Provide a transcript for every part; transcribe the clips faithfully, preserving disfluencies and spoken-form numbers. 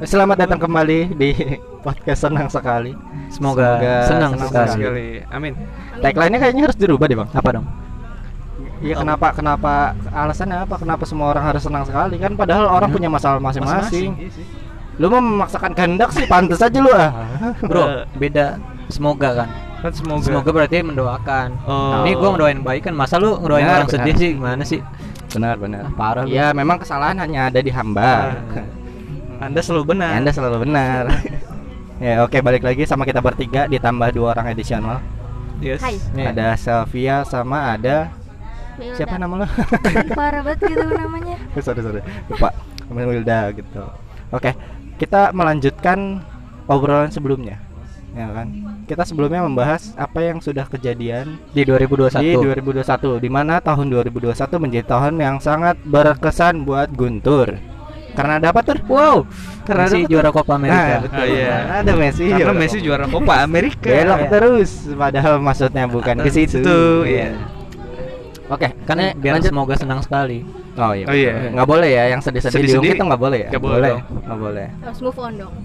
Selamat datang kembali di podcast Senang Sekali. Semoga, Semoga senang, senang sekali. sekali. Amin. Tagline-nya kayaknya harus dirubah deh, Bang. Apa dong? Iya, kenapa kenapa alasannya apa? Kenapa semua orang harus senang sekali? Kan padahal orang Hmm. punya masalah masing-masing. Iya sih. Lu mau memaksakan kehendak sih, pantas aja lu ah. Bro, beda. Semoga kan. Kan semoga. Semoga berarti mendoakan. Oh. Ini gua ngedoain baik kan. Masa lu ngedoain Benar, orang benar. sedih sih? Gimana sih? Benar, benar. Ah, parah lu. Ya, memang kesalahan hanya ada di hamba. Anda selalu benar. Anda selalu benar. Ya, oke, balik lagi sama kita bertiga ditambah dua orang additional. Yes. Hai. Nih. Ada Sylvia sama ada Wilda. siapa nama lo? Parah banget gitu namanya. sorry sorry lupa namanya Wilda gitu. Oke, kita melanjutkan obrolan sebelumnya, ya kan? Kita sebelumnya membahas apa yang sudah kejadian Di dua ribu dua puluh satu. di dua ribu dua puluh satu, di mana tahun dua ribu dua puluh satu menjadi tahun yang sangat berkesan buat Guntur. Karena ada apa tuh? Wow. Karena Messi ada- juara Copa Nah, America. betul. Ah, iya. Ada Messi. Karena juara Messi Copa. juara Copa Amerika. Belok Iya. terus, padahal maksudnya bukan ke situ. Itu, iya. Oke, Kan eh, biar lanjut. semoga senang sekali. Oh iya. Oh, iya. betul. Nggak boleh ya yang sedih-sedih Sedih-sedih diungkit tuh nggak boleh ya? nggak boleh dong. Nggak boleh. Harus move on dong.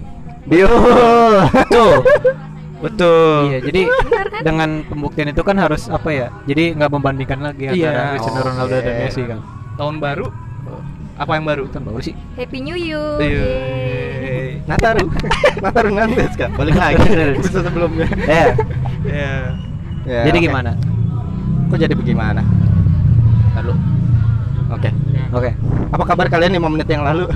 Biul. Tuh. Betul. Iya, jadi dengan pembuktian itu kan harus apa ya? Jadi nggak membandingkan lagi Iya. antara Cristiano Ronaldo Oke. dan Messi kan. Tahun baru. Apa yang baru? Kan baru sih. Happy New Year. Iya. Nataru. Nataru ngantes kan. Balik lagi dari episode sebelumnya. Ya. Iya. Ya, Jadi oke. gimana? Kok jadi bagaimana? Lalu. Oke. Oke. Apa kabar kalian lima menit yang lalu?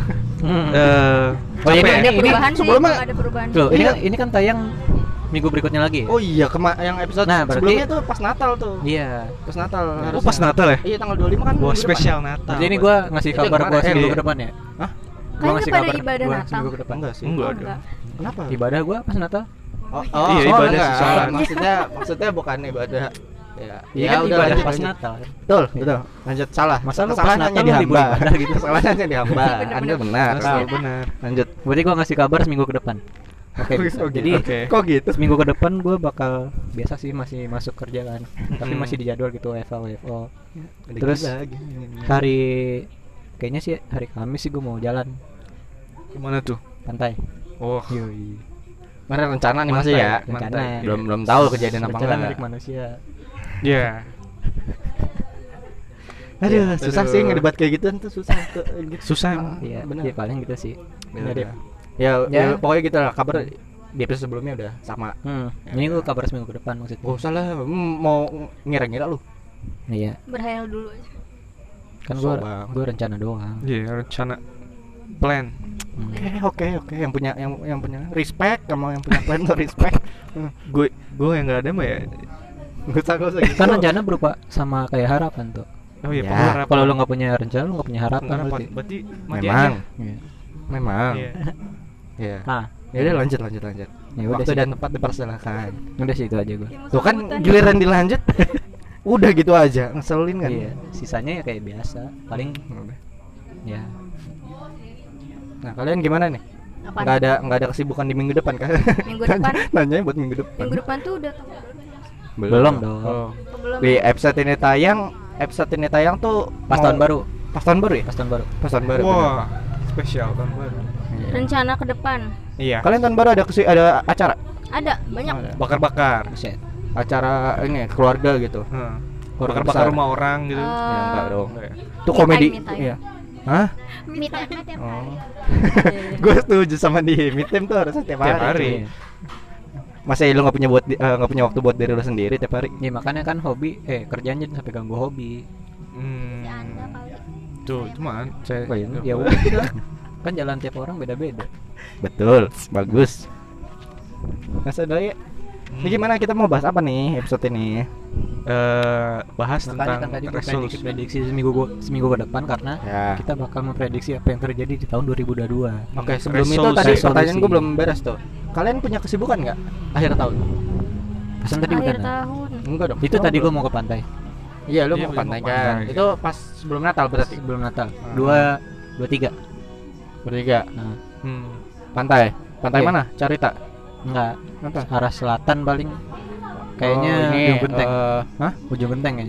Eh, Oh, ini- capek. Ada ini- perubahan sih, sebelumnya- ada perubahan. Loh, ini Iya. kan ini kan tayang minggu berikutnya lagi ya? Oh iya, kema yang episode Nah, berarti- sebelumnya tuh pas Natal tuh. Iya. Pas Natal. Oh, harusnya. pas Natal ya? Iya, tanggal dua puluh lima kan. Wah, minggu spesial Natal. Jadi ini gua ngasih Itu kabar yang gua kemarin. seminggu Iya. ke depan ya? depan. Hah? Gua Kayaknya ngasih pada kabar ibadah gua Natal. seminggu ke depan. Enggak sih. Enggak Oh, dong. enggak. Kenapa? Ibadah gua pas Natal. Oh, Iya, oh, ibadah enggak. sih, sholat. Maksudnya maksudnya bukan ibadah. Ya, Iya ya kan udah ibadah lanjut, pas lanjut. Natal. Betul, betul. Lanjut salah. Masa lu pas Kesalahan Natal hanya lu di libur hamba ibadah gitu? Kesalahan hanya di hamba. Bener-bener. Anda benar. Selalu benar. Lanjut. Berarti gua ngasih kabar seminggu ke depan. Oke. Oh, bisa. gitu. Jadi Oke. Kok gitu? seminggu ke depan gua bakal biasa sih masih masuk kerja kan. Tapi Hmm. masih di jadwal gitu W F H W F O. Ada Terus gila, gini, gini. Hari kayaknya sih hari Kamis sih gua mau jalan Gimana tuh? pantai. Oh. Yoi. Mana rencana nih masih Mantai, ya? Rencana. mantai. Belum belum tahu kejadian apa Rencana enggak. milik manusia. Iya. Aduh, Iya. susah Aduh. sih ngedebat kayak gitu tuh susah tuh. Gitu. Susah Ah, emang. Iya, benar. ya paling gitu sih. Ya, Nah, Dep. udah. ya, ya, Ya. pokoknya gitu lah kabar di episode sebelumnya udah sama. Hmm, ini gua kabar seminggu ke depan maksudnya. Gak usah lah, hmm, mau ngira-ngira lu. Iya, Berhayal dulu aja. kan gua So banget. gua rencana doang. Iya, rencana plan. Hmm. Oke, oke, oke. Yang punya yang yang punya respect sama yang punya plan tuh respect. Hmm. Gue gue yang enggak ada mah ya. Gak usah, gak usah gitu. Kan rencana berupa sama kayak harapan tuh. Oh iya, Ya, pengharapan. Kalau lu nggak punya rencana, lu nggak punya harapan Pengharapan. berarti. Berarti mati Memang, aja. Iya. memang. Iya. Ya. Nah, Ya udah lanjut lanjut lanjut. ya udah Waktu sih. dan tempat dipersilakan. Udah sih itu aja gua. Tuh kan giliran dilanjut udah gitu aja, ngeselin kan. Iya, sisanya ya kayak biasa. Paling Udah. ya Nah, kalian gimana nih? Apaan? Nggak ada nggak ada kesibukan di minggu depan kan? Minggu depan? Nanya buat minggu depan. Minggu depan tuh udah tanggal berapa? belum dong. Oh. Oh, belum. Di episode ini tayang, episode ini tayang tuh Pas mau- tahun baru, Pas tahun baru ya? pas tahun baru. Pas tahun baru. Wah, spesial tahun baru. bener. Rencana ke depan. Iya. Kalian tahun baru ada kesi- ada acara? Ada banyak. Ada. Bakar-bakar. Buset. Acara ini keluarga gitu. Heeh. Keluarga Bakar-bakar besar. rumah orang gitu. Eh, Ya, enggak dong. Enggak ya? Itu me komedi. time, me time. Iya. Hah? Me time mah tiap Oh. hari. Gue setuju sama dia. Meet time tuh harusnya tiap hari. Tiap hari. Iya. Masa lu nggak punya buat di- eh, nggak punya waktu buat diri lu sendiri tiap hari? Ya makanya kan hobi, eh kerjaan jangan sampai ganggu hobi. Hmm. Si Anda kali. Tuh, cuman saya Oh, ya, ya udah. Kan jalan tiap orang beda-beda. Betul, bagus. Masa doi. Ini Hmm. gimana kita mau bahas apa nih episode ini? eh bahas Makanya tentang kan tadi gue resolusi. prediksi-prediksi seminggu gua, seminggu ke depan karena Ya. kita bakal memprediksi apa yang terjadi di tahun dua ribu dua puluh dua. Oke, Hmm, sebelum itu resolusi. tadi Resolusi. pertanyaan gue belum beres tuh. Kalian punya kesibukan nggak akhir tahun? Pesan tadi Akhir udah. Nah. tahun. Enggak dong. Itu Oh, tadi belum. gue mau ke pantai Iya, lu Iya, mau belum pantai mau kan? pantai. Itu pas sebelum Natal berarti. sebelum Natal. Ah. Dua, dua tiga. Bertiga. Nah, Hmm. Pantai. Pantai Iya. mana? Carita. enggak. Apa? Arah selatan paling. Kayaknya Oh, ini, ujung genteng. eh, hah? Ujung genteng kayaknya.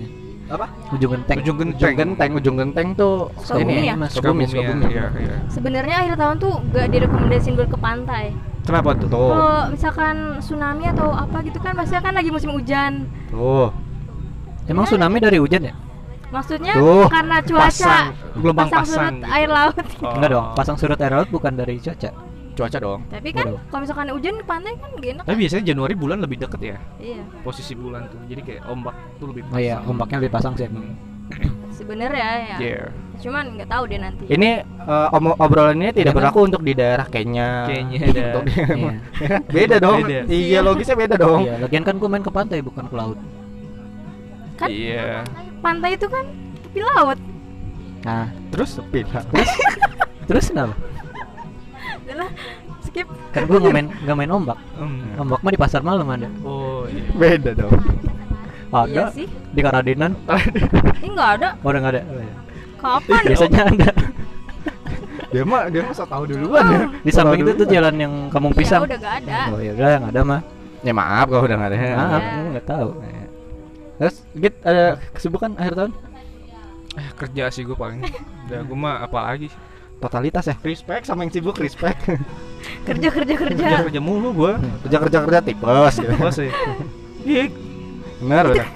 Apa? Ujung genteng. Ujung Ujung genteng. genteng, ujung genteng tuh Sukabumi ini ya? Mas. Sukabumi, Sukabumi, Sukabumi. Iya, iya. Sebenarnya akhir tahun tuh gak direkomendasiin buat ke pantai. Kenapa tuh? Tuh, Kalau misalkan tsunami atau apa gitu kan pasti kan lagi musim hujan. tuh. Emang tsunami dari hujan ya? Maksudnya Tuh, karena cuaca pasang, gelombang pasang pasang surut gitu. air laut. Oh. Enggak dong. Pasang surut air laut bukan dari cuaca. Cuaca dong. Tapi kan Waduh. kalau misalkan hujan di pantai kan gak enak. Tapi biasanya Januari bulan lebih deket ya Iya. posisi bulan tuh. Jadi kayak ombak tuh lebih Oh iya, pasang. ombaknya lebih pasang sih emang. Sebenarnya ya. Iya. Cuman nggak tahu deh nanti. Ini eh, om- obrolan ini tidak Jangan. berlaku untuk di daerah Kenya. Kenya ada. Untuk di- Iya. beda dong. Beda. Iya, logisnya beda dong. Iya, lagian kan gue main ke pantai bukan ke laut. Kan Iya. pantai itu kan tepi laut. Nah, Terus sepi lah. terus kenapa? Adalah skip. Kan gue nggak main nggak main ombak. Hmm. Ombak mah di pasar malam ada. Oh iya. Beda dong. Ada Iya sih. di Karadenan. Ini nggak ada. Oh, udah nggak ada. Oh, iya. Kapan? Biasanya ada. Dia mah dia mah so tahu duluan ya. Di samping itu tuh jalan yang Kampung Ya Pisang. udah nggak ada. Oh ya udah nggak ada mah. Ya maaf kalau udah enggak ada. Maaf, Iya. gue nggak tahu. Terus Git ada kesibukan akhir tahun? Eh, kerja sih gue paling. Udah gue mah apa lagi? Totalitas ya. Respect sama yang sibuk respect. Kerja kerja kerja. Kerja kerja mulu gue. kerja kerja kerja tipes gitu. Bos sih. Iya. Benar benar.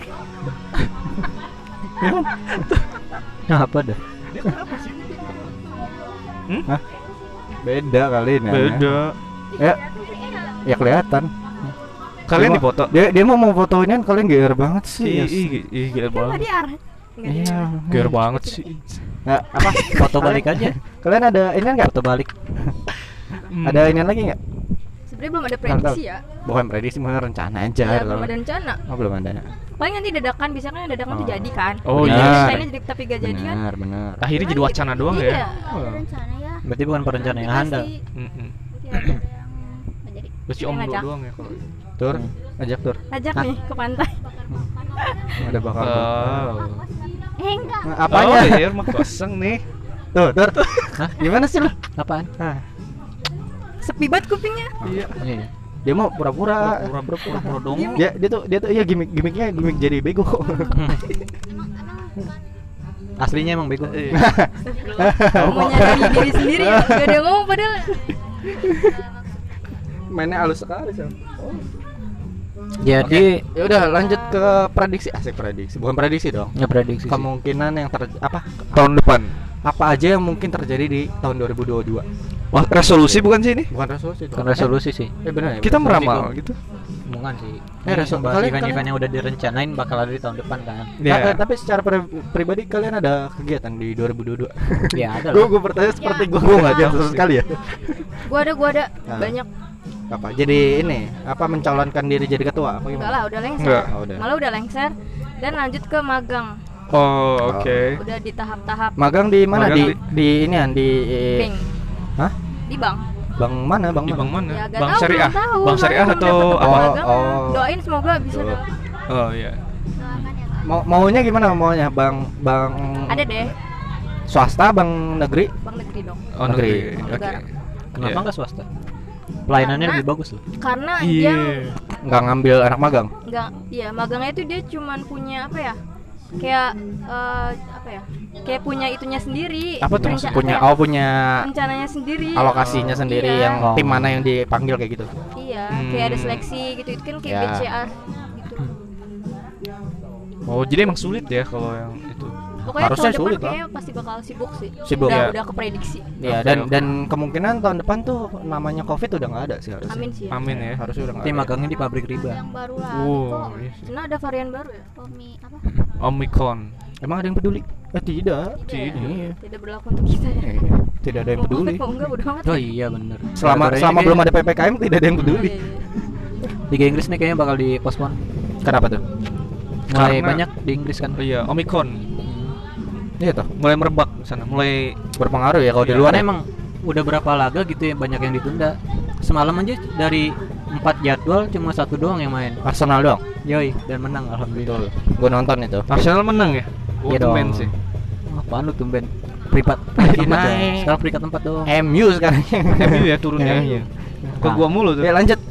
Nah, apa dah? Hah? Beda kali ini. Beda. Ya. Ya kelihatan. Kalian Dia dipoto? mau- Dia dia mau mau fotoin kalian G R banget sih. Ih, Yes. ih, ih, gila Kan banget. tadi arah. Nggak ada. Iya. Gear banget sih. Nah, apa? Foto balik aja. Kalian ada ini enggak? Foto balik. Hmm. Ada ini lagi enggak? Sebenarnya belum ada prediksi ya. Bukan prediksi, mah rencana aja. Ya, belum kalau- ada rencana. Oh, belum ada. Paling nanti dadakan bisa kan dadakan tuh Oh. jadi kan. Oh, Jadi iya. rencananya jadi tapi gak jadi kan. Benar, benar. Akhirnya jadi wacana doang Iya. ya. Ada rencana ya. Berarti bukan perencanaan yang handal. Mm-mm. Nanti ada yang nggak jadi. Berarti Yang om lu ngajak. doang ya kalau. Tur, ajak tur. Ajak Hah? nih ke pantai. Ada bakal. Oh. Eh enggak. Nah, apanya? Oh, iya, rumah kosong nih. Tuh, tur. Hah? Gimana sih lu? Apaan? Ah, Sepi banget kupingnya. Iya. Iya. dia mau pura-pura. Pura-pura pura dong. Dia dia tuh dia tuh iya gimmick gimmicknya gimmick jadi bego. Aslinya emang bego. Tahu Mau kok. nyadari diri sendiri ya. Gak ada yang ngomong padahal. Mainnya halus sekali sih. Jadi Ya udah lanjut ke prediksi asik prediksi. Bukan prediksi dong. nggak prediksi sih. Kemungkinan yang ter apa Tahun depan. apa aja yang mungkin terjadi di tahun dua ribu dua puluh dua. Wah, resolusi bukan sih ini? Bukan resolusi dong. Bukan resolusi sih. Eh, eh benar ya. Kita resolusi meramal kok. gitu. Bukan sih. Eh, resol- Bahas kalian- event-event kalian- yang udah direncanain bakal ada di tahun depan kan. Iya. Nah, eh, tapi secara pri- pribadi kalian ada kegiatan di dua ribu dua puluh dua? Ya ada Gue lah. gue bertanya seperti Ya. gue gue nggak jawab sama sekali ya. Gua ada gua ada Ah. banyak. Apa? Jadi ini apa mencalonkan diri jadi ketua? Apa Enggak gimana? lah, udah lengser. Enggak. Oh, udah. Malah udah lengser dan lanjut ke magang. Oh, oke. Udah di tahap-tahap Magang di mana? Magang Di, di- di ini an di bank. Hah? Di bank. Bang mana? Bang Di mana? bank mana? Ya, gak Bank tahu, syariah. belum tahu. Bank syariah Makanya atau belum dapet apa? magang. Oh. Doain semoga bisa Betul. dong. Oh iya. Mau maunya gimana maunya? Bang bang Ada deh, swasta, bang negeri? bank negeri dong. Oh, Negeri. negeri. Oke. Negara. Kenapa Iya. nggak swasta? Pelayanannya Karena- lebih bagus loh. Karena Iya. yang Nggak ngambil anak magang? enggak, iya magangnya itu dia cuman punya apa ya? Kayak eh, apa ya? Kayak punya itunya sendiri. Apa tuh? Renca- Punya kayak oh punya rencananya sendiri. alokasinya sendiri Iya. yang Oh. tim mana yang dipanggil kayak gitu. Iya, Hmm. kayak ada seleksi gitu. Itu kan kayak Ya. B C A gitu. Oh, jadi emang sulit ya kalau yang itu. Pokoknya Harusnya tahun depan sulit lah. kayaknya pasti bakal sibuk sih. Sibuk. Udah, Ya. udah keprediksi. Iya, Oke, dan oke. dan kemungkinan tahun depan tuh namanya Covid udah nggak ada sih harusnya. Amin sih. Ya. Amin ya. Harusnya udah nggak Tim ada. magangnya di pabrik riba. Yang baru lah. Oh, iya sih. Karena ada varian baru ya. Omi apa? Omicron. Emang ada yang peduli? Eh tidak. Tidak. Iya. Tidak berlaku untuk kita ya. Iya. Tidak ada yang Mau peduli. Covid mau enggak bodo amat. Oh ya. iya bener. Selama Gara-gara selama ini belum ada kayak- P P K M tidak ada yang peduli. Iya, iya, iya. Liga Inggris nih kayaknya bakal dipospon. Kenapa tuh? Mulai Karena- banyak di Inggris kan. Oh iya, Omicron. Iya toh. Mulai merebak sana, mulai Berpengaruh ya kalau di Iya, luar. Karena ya? emang udah berapa laga gitu ya banyak yang ditunda. Semalam aja dari empat jadwal cuma satu doang yang main. Arsenal doang. Yoi, dan menang alhamdulillah. Gue nonton itu. Arsenal menang ya. Oh, Iya dong. tumben sih. Oh, apaan lu tumben? Peringkat Lagi peringkat empat ya. naik. Sekarang peringkat empat doang. M U sekarang. M U ya turunnya. M U. Ke gua mulu tuh. Ya lanjut.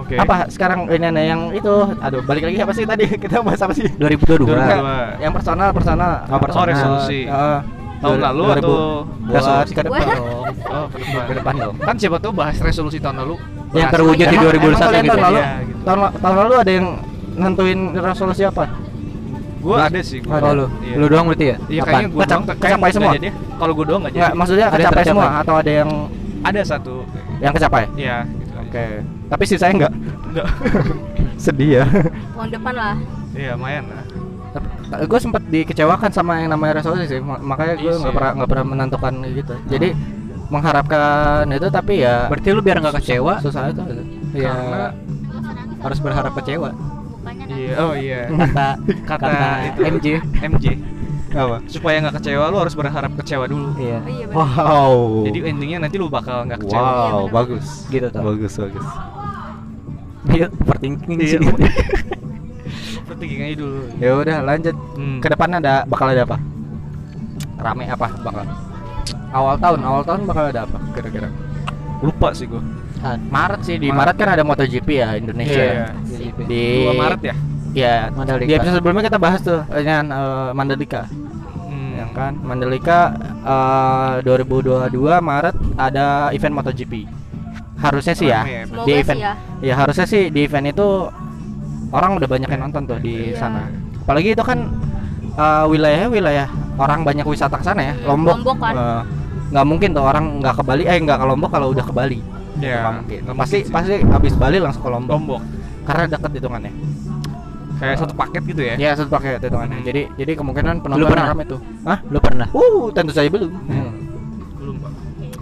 Oke. Apa sekarang ini nih yang itu? Aduh, balik lagi apa sih tadi? Kita bahas apa sih? dua ribu dua puluh dua. dua ribu dua puluh dua. Enggak, yang personal, personal. Oh, personal. resolusi. Heeh. Tahun lalu atau buat resolusi ke depan Wah. dong. oh ke depan. Ke depan dong. Kan siapa tahu bahas resolusi tahun lalu Yang berhasil. terwujud di Emang- dua ribu dua puluh satu emang kalian gitu. tahun lalu, ya, gitu. tahun, la- tahun lalu ada yang nentuin resolusi apa? Gua ada sih gua. Oh lu, Iya. lu doang berarti ya? Iya Apaan? kayaknya gua Kecap- doang, kecapai semua? nggak jadi. Kalau gua doang enggak jadi. Enggak, maksudnya Ada yang kecapai tercapai. semua atau ada yang Ada satu. yang kecapai? Iya, gitu aja. Oke. Tapi sisanya enggak. Enggak. Sedih ya. Tahun depan lah. Iya, lumayan lah. Gue sempat dikecewakan sama yang namanya resolusi sih, ma- makanya gue Iya nggak sih. pernah nggak pernah menentukan gitu. Jadi mengharapkan itu tapi ya Berarti lu biar nggak kecewa, susah itu. ya Karena- harus berharap kecewa. Iya, oh iya. Kata Kata kata itu. M J. M J. Apa? Supaya nggak kecewa lu harus berharap kecewa dulu. Iya. Oh iya benar. Wow. Jadi endingnya nanti lu bakal nggak kecewa. wow, Iya, benar. bagus. Gitu tuh. Bagus, bagus. Iya, overthinking Iya. sih. Penting aja dulu. Ya udah lanjut. Hmm. Ke depan ada bakal ada apa? Rame apa bakal? Awal tahun, awal tahun bakal ada apa kira-kira? Lupa sih gua. Ah, Maret sih, di Maret. Maret kan ada MotoGP ya Indonesia. Iya, Di dua Maret ya? Ya, Mandalika. di episode sebelumnya kita bahas tuh dengan eh, Mandalika. Hmm. Ya kan, Mandalika eh, dua ribu dua puluh dua Maret ada event MotoGP. Harusnya sih ya. Rame ya, Semoga Di sih event ya. ya harusnya sih di event itu orang udah banyak yang nonton tuh di Iya. sana. Apalagi itu kan eh, wilayah wilayah orang banyak wisata ke sana ya, Lombok. Lombok kan. Eh, nggak mungkin tuh orang nggak ke Bali, eh nggak ke Lombok kalau udah ke Bali. Iya, Nggak mungkin. nggak Pasti mungkin sih. pasti habis Bali langsung ke Lombok. Lombok. Karena deket hitungannya. Kayak satu paket gitu ya. Ya satu paket hitungannya. Hmm. Jadi jadi kemungkinan Lu penonton pernah? ramai tuh. Hah? Lu pernah? Uh, tentu saja belum. Hmm. Belum, Pak.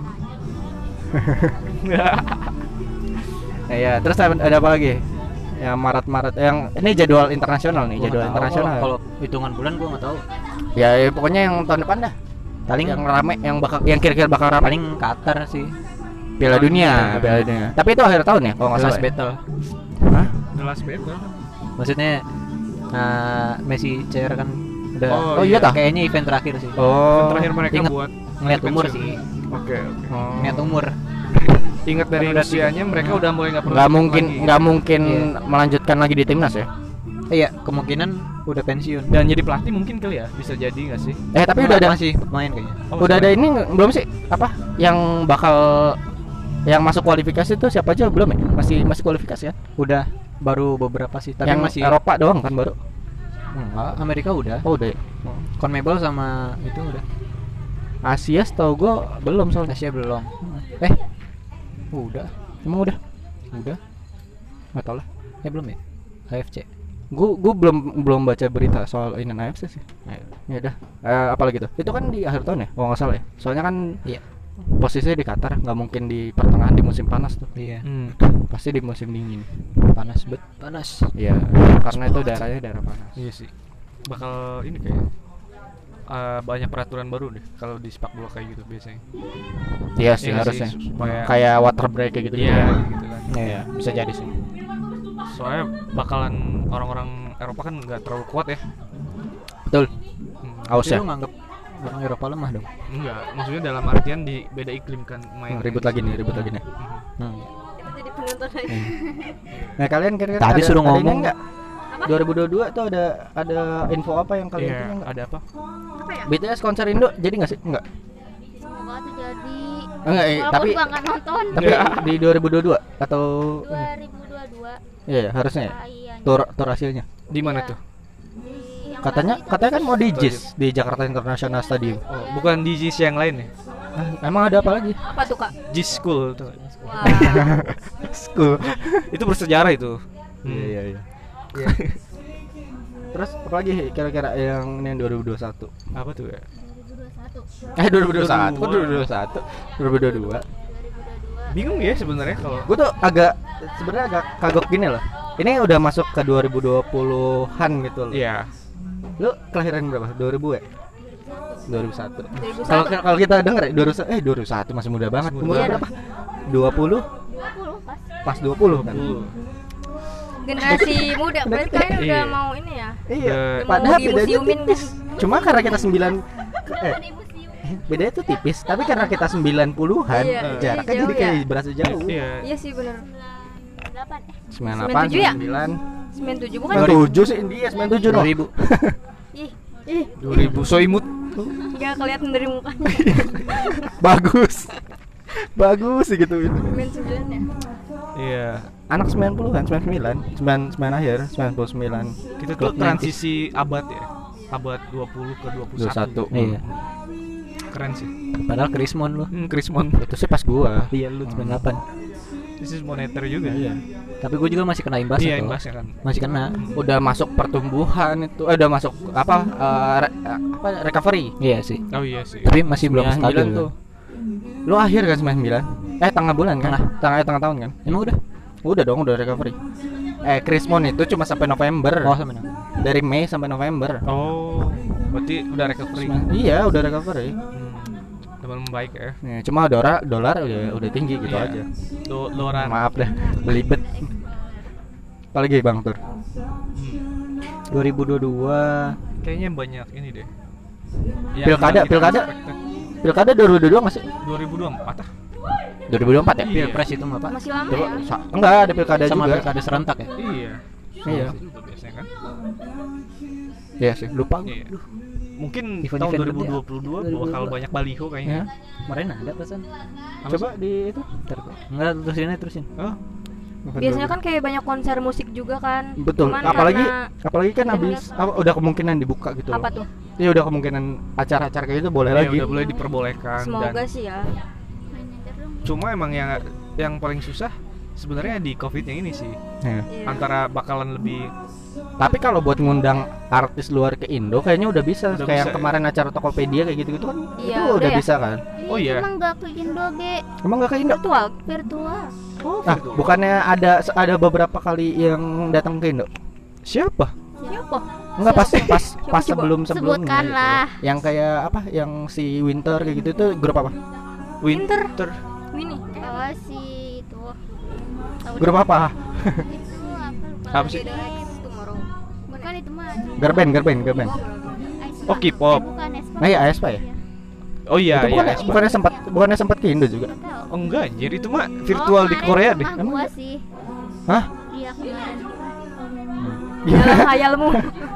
Ya, ya, terus ada ada apa lagi? Yang Maret-Maret yang ini jadwal internasional nih, Gua jadwal nggak tahu. internasional. Kalau hitungan bulan gua nggak tahu. Ya, ya pokoknya yang tahun depan dah. Paling Yang rame, yang bakal yang kira-kira bakal rame paling Qatar sih. Piala Dunia, Piala Dunia. Tapi itu akhir tahun ya, kalau nggak Last salah. ya? battle. Hah? The Last Battle. Maksudnya nah, Messi C R kan udah Oh, Oh iya tah? kayaknya event terakhir sih. Oh. Terakhir mereka inget. buat Ngeliat umur pensiun. sih. Oke, oke. Oh. Ngeliat umur. Ingat dari Kan udah usianya mereka udah mulai nggak perlu Nggak ikut mungkin lagi. nggak mungkin Iya. melanjutkan lagi di timnas ya. Iya, kemungkinan udah pensiun. Dan jadi pelatih mungkin kali ya, bisa jadi nggak sih? Eh tapi udah ada masih main kayaknya. Oh, udah ada sorry. ini nggak- belum sih? Apa yang bakal yang masuk kualifikasi tuh siapa aja belum ya? Masih masih kualifikasi ya? Udah baru beberapa sih, tapi yang masih Eropa doang kan baru. enggak, Amerika udah. Oh, udah ya? CONMEBOL sama itu udah. Asia setahu gua belum soalnya. Asia belum. Eh, udah. Emang udah? Udah. Nggak tahu lah. Eh belum ya? A F C. Gua gua belum belum baca berita soal ini A F C sih. Ya udah. Eh, apalagi tuh? Itu kan di akhir tahun ya? Oh nggak salah ya. Soalnya kan Iya. posisinya di Qatar, nggak mungkin di pertengahan di musim panas tuh. Iya. Hmm. Pasti di musim dingin. Panas bet, panas. Iya, karena itu daerahnya daerah panas. Iya sih. Bakal ini kayak eh, banyak peraturan baru deh kalau di sepak bola kayak gitu biasanya. Iya sih Iya harusnya. sih, supaya- Kayak water break kayak gitu. Iya, gitu kan. Iya, bisa jadi sih. Soalnya bakalan orang-orang Eropa kan nggak terlalu kuat ya. Betul. Hmm. Aus Jadi ya. lu nganggep orang Eropa lemah dong. Enggak, maksudnya dalam artian di beda iklim kan main. Hmm, ribut lagi nih, ribut lagi nih. Mhm. Hmm. Kita jadi penonton lagi. Nah, kalian kira-kira Tadi ada, suruh ada ini ngomong. enggak? dua ribu dua puluh dua tuh ada ada info apa yang kalian Iya, punya enggak? ada apa? Apa ya? B T S konser Indo jadi nggak sih? Enggak. Semoga tuh jadi. Enggak, eh, Walaupun tapi gua nggak nonton. tapi di dua ribu dua puluh dua atau dua ribu dua puluh dua. iya ya, harusnya ya. Ah, iya. Tur tur hasilnya. Di mana Iya. tuh? Di- yang Katanya tadi katanya kan mau di Stadium. J I S di Jakarta International Stadium. Oh, bukan di J I S yang lain ya? Ah, emang ada apa lagi? apa tuh kak? J I S School tuh. Wah. School. Itu bersejarah itu. Hmm. Iya iya iya. Terus apa lagi kira-kira yang ini yang dua ribu dua puluh satu? Apa tuh ya? Eh dua ribu dua puluh satu, kok dua ribu dua puluh satu? dua ribu dua puluh dua. Bingung ya sebenarnya kalau Gue tuh agak sebenarnya agak kagok gini loh. Ini udah masuk ke dua ribu dua puluhan gitu loh. iya. Lu kelahiran berapa? dua ribu ya? dua ribu satu. dua ribu satu. Kalau kalau kita denger ya dua ribu satu eh dua ribu satu masih muda banget. Masih Umur muda. berapa? dua puluh dua puluh pas. pas dua puluh kan. Generasi muda. Berarti kalian udah Iya. mau ini ya? Iya. Udah- Padahal Mau di bedanya museumin tipis. Cuma karena kita sembilan eh Di museum. bedanya tuh tipis, tapi karena kita sembilan puluhan Iya, jaraknya jadi jadi jauh kayak ya? berasa jauh. Iya. Iya sih bener. sembilan delapan, sembilan tujuh ya? sembilan sembilan. sembilan tujuh bukan? sembilan tujuh sih dia, sembilan tujuh dua no. ribu. Ih, ih, dua ribu so imut. nggak kelihatan dari mukanya. Bagus. Bagus sih gitu. sembilan sembilan ya. Iya. Anak sembilan puluhan, sembilan sembilan, sembilan sembilan akhir, sembilan puluh sembilan. Kita tuh Klub transisi abad ya. Abad dua puluh ke dua puluh dua puluh satu. satu. Iya. Keren sih. Padahal Krismon lu. Hmm, Krismon. Itu sih pas gua. Iya lu sembilan delapan. This is moneter juga. Iya. Tapi gue juga masih kena imbas Iya, itu. imbasnya kan. Masih kena. Udah masuk pertumbuhan itu, eh, udah masuk apa? eh, re- apa recovery. Iya sih. Oh iya sih. Tapi masih belum sembilan sembilan stabil tuh. Lu akhir kan sembilan sembilan? Eh tengah bulan kan? Tengah. Tengah tengah tahun kan? Emang udah? Udah dong, udah recovery. Eh Krismon itu cuma sampai November. Oh, sama enam. Dari Mei sampai November. Oh, berarti udah recovery. Iya, udah recovery. Hmm. Teman membaik ya. Nih, cuma dolar dolar udah udah tinggi gitu Iya. aja. Lo loran. Maaf deh, belibet. Apalagi Bang Tur? dua ribu dua puluh dua. Kayaknya banyak ini deh. Pilkada, kita pilkada. expected. Pilkada dua ribu dua puluh dua nggak sih? dua ribu dua puluh empat ah. dua ribu dua puluh empat ya? Iya. Pilpres itu mah, Pak. Masih lama Dua- ya. sa- enggak, ada pilkada Sama juga. pilkada serentak ya? Iya. Iya. Itu juga biasanya kan. Iya sih, lupa gua. Iya. Mungkin Event-event tahun gede dua ribu dua puluh dua ya? bakal banyak baliho kayaknya. Ya. Kemarin ada pesan. Coba di itu. Ntar gua- Enggak, terusin aja terusin. Oh, Biasanya kan kayak banyak konser musik juga kan. betul. Cuman Apalagi karena- apalagi kan Kita habis apa, udah kemungkinan dibuka gitu. apa loh. tuh? Iya, udah kemungkinan acara-acara kayak gitu boleh iya, lagi. udah boleh diperbolehkan Semoga dan sih ya. cuma emang yang yang paling susah sebenarnya di Covid yang ini sih. Ya. Iya. Antara bakalan lebih Tapi kalau buat ngundang artis luar ke Indo kayaknya udah bisa. Udah Kayak bisa, yang kemarin acara Tokopedia kayak gitu-gitu kan. Iya, itu udah udah ya? bisa kan. Oh iya. Emang gak ke Indo, Ge. Emang nggak ke Indo? Virtual. Virtual. Oh, Nah, bukannya ada ada beberapa kali yang datang ke Indo? siapa? Siapa? Enggak pas pas pas coba? sebelum sebelumnya. Sebutkanlah. Gitu. Yang kayak apa? Yang si Winter kayak gitu tuh grup apa? Winter. Winter. Winnie. Oh, si itu. Tahu Grup deh. apa? Itu apa lupa. Apa sih? Next Tomorrow. Bukan itu mah. Girlband, girlband, girlband. Aespa. Oh, K-pop. Eh, bukan Aespa. Nah, iya, Aespa ya? Oh iya, itu iya. bukannya, Aespa. bukannya sempat bukannya sempat ke Indo juga? Nggak tahu. Oh enggak, anjir itu mah virtual Oh, di kemarin Korea sama deh. gua Emang? sih. Hah? Iya, kemarin. Dalam hayalmu.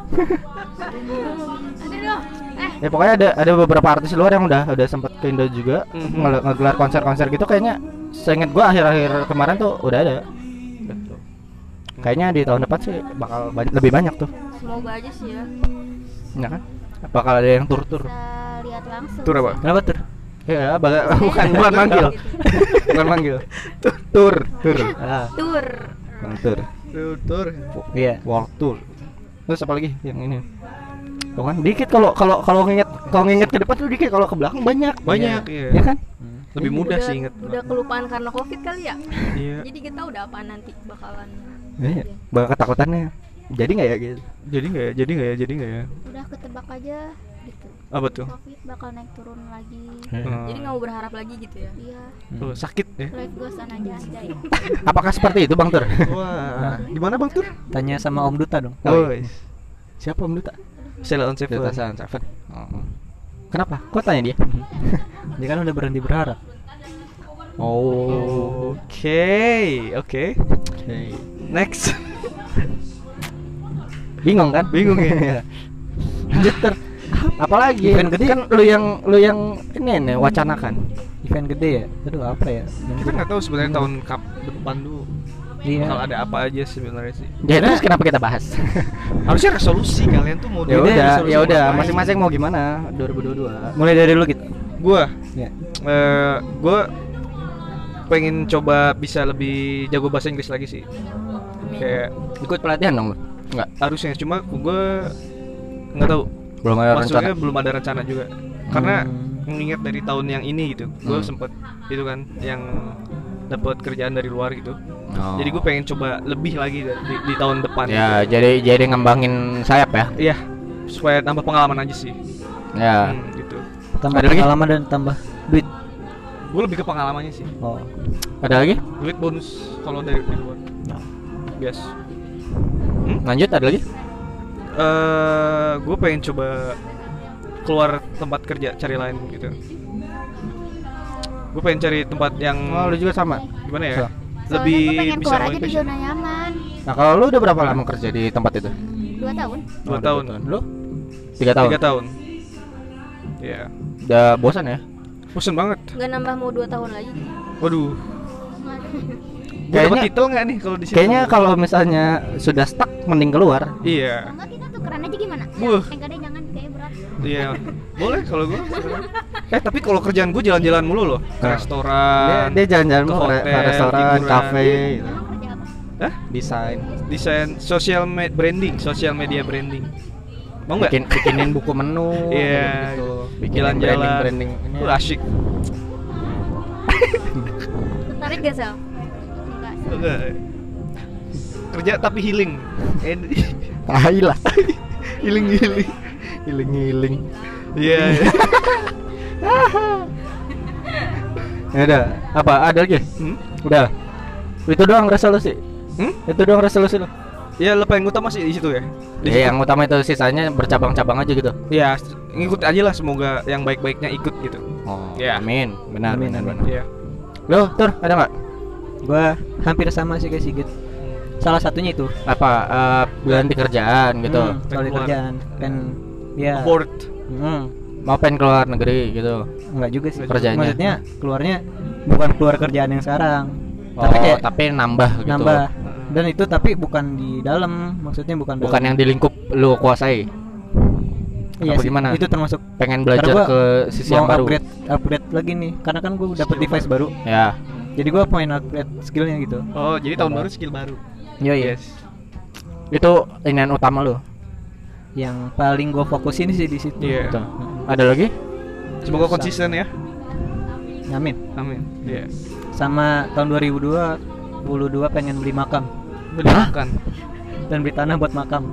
Aduh, dong. Eh, Ya pokoknya ada ada beberapa artis luar yang udah udah sempat ke Indo juga Mhm. ngel- ngegelar konser-konser gitu kayaknya. Seingat gua akhir-akhir kemarin tuh udah ada. Kayaknya di tahun depan sih bakal ba- lebih banyak tuh. Semoga aja sih ya. Ya kan? Bakal ada yang tur-tur. bisa lihat langsung. Tur apa? Kenapa tur? Ya, baga- bukan bukan manggil. Bukan manggil. Tur, tur, tur. Ah, Tour. Bukan tur. Tur. iya. World tour. Terus apa lagi yang ini? Tuh kan dikit kalau kalau kalau nginget kalau nginget ke depan tuh dikit, kalau ke belakang banyak. Banyak, iya. Ya kan? Hmm. Lebih mudah Udah- sih inget. Udah kelupaan karena Covid kali ya. Iya. Jadi kita udah apa nanti bakalan. Iya. Bakal ketakutannya. Jadi nggak ya gitu? Jadi enggak ya? Jadi enggak ya? Jadi enggak ya? Udah ketebak aja gitu. Apa tuh? Covid bakal naik turun lagi. Hmm. Jadi nggak mau berharap lagi gitu ya. Iya, Oh, sakit ya? life goes on aja anjay. Apakah seperti itu Bang Tur? Wah, di mana Bang Tur? Tanya sama Om Duta dong. Oh, iya. Siapa Om Duta? Sail on Seven. Duta San Seven. Oh. Kenapa? Kok tanya dia? Dia kan udah berhenti berharap. Oh. Oke, oke. Oke. Next. Bingung kan? Bingung ya? Lanjut Tur. Apalagi Event gede. kan lu yang lu yang ini nih wacanakan. Event gede ya? Aduh, apa ya? Yang Kita nggak tahu sebenarnya tahun kap depan tuh Iya. bakal ada apa aja sebenarnya sih. Ya terus kenapa kita bahas? Harusnya resolusi kalian tuh mau Ya dulu udah, resolusi ya udah, ngapain? masing-masing mau gimana dua ribu dua puluh dua. Mulai dari lu gitu. Gua Ya. eh gua pengen coba bisa lebih jago bahasa Inggris lagi sih. Kayak Ikut pelatihan dong lu? Enggak. harusnya cuma gua nggak tahu. Belum ada Maksudnya rencana. belum ada rencana juga. Karena Hmm. mengingat dari tahun yang ini gitu, gua Hmm. sempet itu kan yang dapat kerjaan dari luar gitu. Oh. Jadi gue pengen coba lebih lagi di, di, di tahun depan. Ya, jadi jadi ngembangin sayap ya. Iya, supaya tambah pengalaman aja sih. Ya. Hmm, gitu. Tambah Ada lagi? pengalaman dan tambah duit. Gue lebih ke pengalamannya sih. Oh. Ada lagi? Duit bonus kalau dari di luar. Nah. Yes. Lanjut ada lagi? Eh, gue pengen coba keluar tempat kerja, cari lain gitu. Gue pengen cari tempat yang Oh, lu juga sama. gimana ya? So. Soalnya Lebih gue pengen bisa keluar aja di motivation. zona nyaman. Nah, kalau lu udah berapa lama kerja di tempat itu? Dua tahun. Dua Oh, tahun. Lu? Tiga tahun. Tiga tahun. Ya. Udah bosan ya? Bosen banget. Nggak nambah mau dua tahun lagi. Waduh. Gua Kayaknya- dapat titel nggak nih kalau di sini? Kayaknya kalau misalnya sudah stuck mending keluar. Iya. Enggak, kita tukeran aja gimana? Wuh. Eh, enggak deh, jangan, kayak berat. Iya. Boleh kalau gua. Eh tapi kalau kerjaan gua jalan-jalan mulu loh. Ke Nah. restoran. Dia, dia jalan-jalan ke ke, re- ke hotel, restoran, hiburan. kafe, gitu. Emang kerja apa? Hah? Desain, Desain social me- branding, social media branding. Mau nggak? bikin bikinin buku menu, Iya. gitu. Bikin Jalan-jalan. branding, branding ini. Wah, asyik. Tertarik gak Sel? Enggak. Enggak. Kerja tapi healing. Eh, Tai lah. Healing healing. Healing healing. Iya. Ya udah, apa ada lagi? Hmm? Udah. Itu doang resolusi. Hmm? Itu doang resolusi lo. Ya lo paling utama sih di situ ya. Di Ya, situ. yang utama itu sisanya bercabang-cabang aja gitu. Ya, ngikut aja lah, semoga yang baik-baiknya ikut gitu. Oh, Ya. amin. Benar, Amin, benar, amin. benar. Iya. Lo, Tur, ada nggak? Gua hampir sama sih kayak Sigit. Salah satunya itu. Apa eh, ganti kerjaan gitu? Hmm, soal Keluar. kerjaan kan ya. Board. Hmm, Mau pengen keluar negeri gitu. enggak juga sih. Kerjanya. Maksudnya keluarnya bukan keluar kerjaan yang sekarang. Oh, tapi kayak tapi nambah gitu. nambah. Dan itu tapi bukan di dalam, maksudnya bukan Bukan yang di lingkup lu kuasai. iya apa sih, gimana? itu termasuk Pengen Karena belajar gua ke sisi mau yang baru. upgrade upgrade lagi nih. Karena kan gue dapet device baru. Ya. Jadi gue pengen upgrade skillnya gitu. Oh, jadi tahun baru skill baru. Iya iya. Yes. Itu inian utama lu. Yang paling gue fokusin sih di situ. Iya. Gitu. Ada lagi? Semoga konsisten ya. Amin. Amin. Iya. Sama tahun dua ribu dua puluh dua pengen beli makam Beli makan. dan beli tanah buat makam.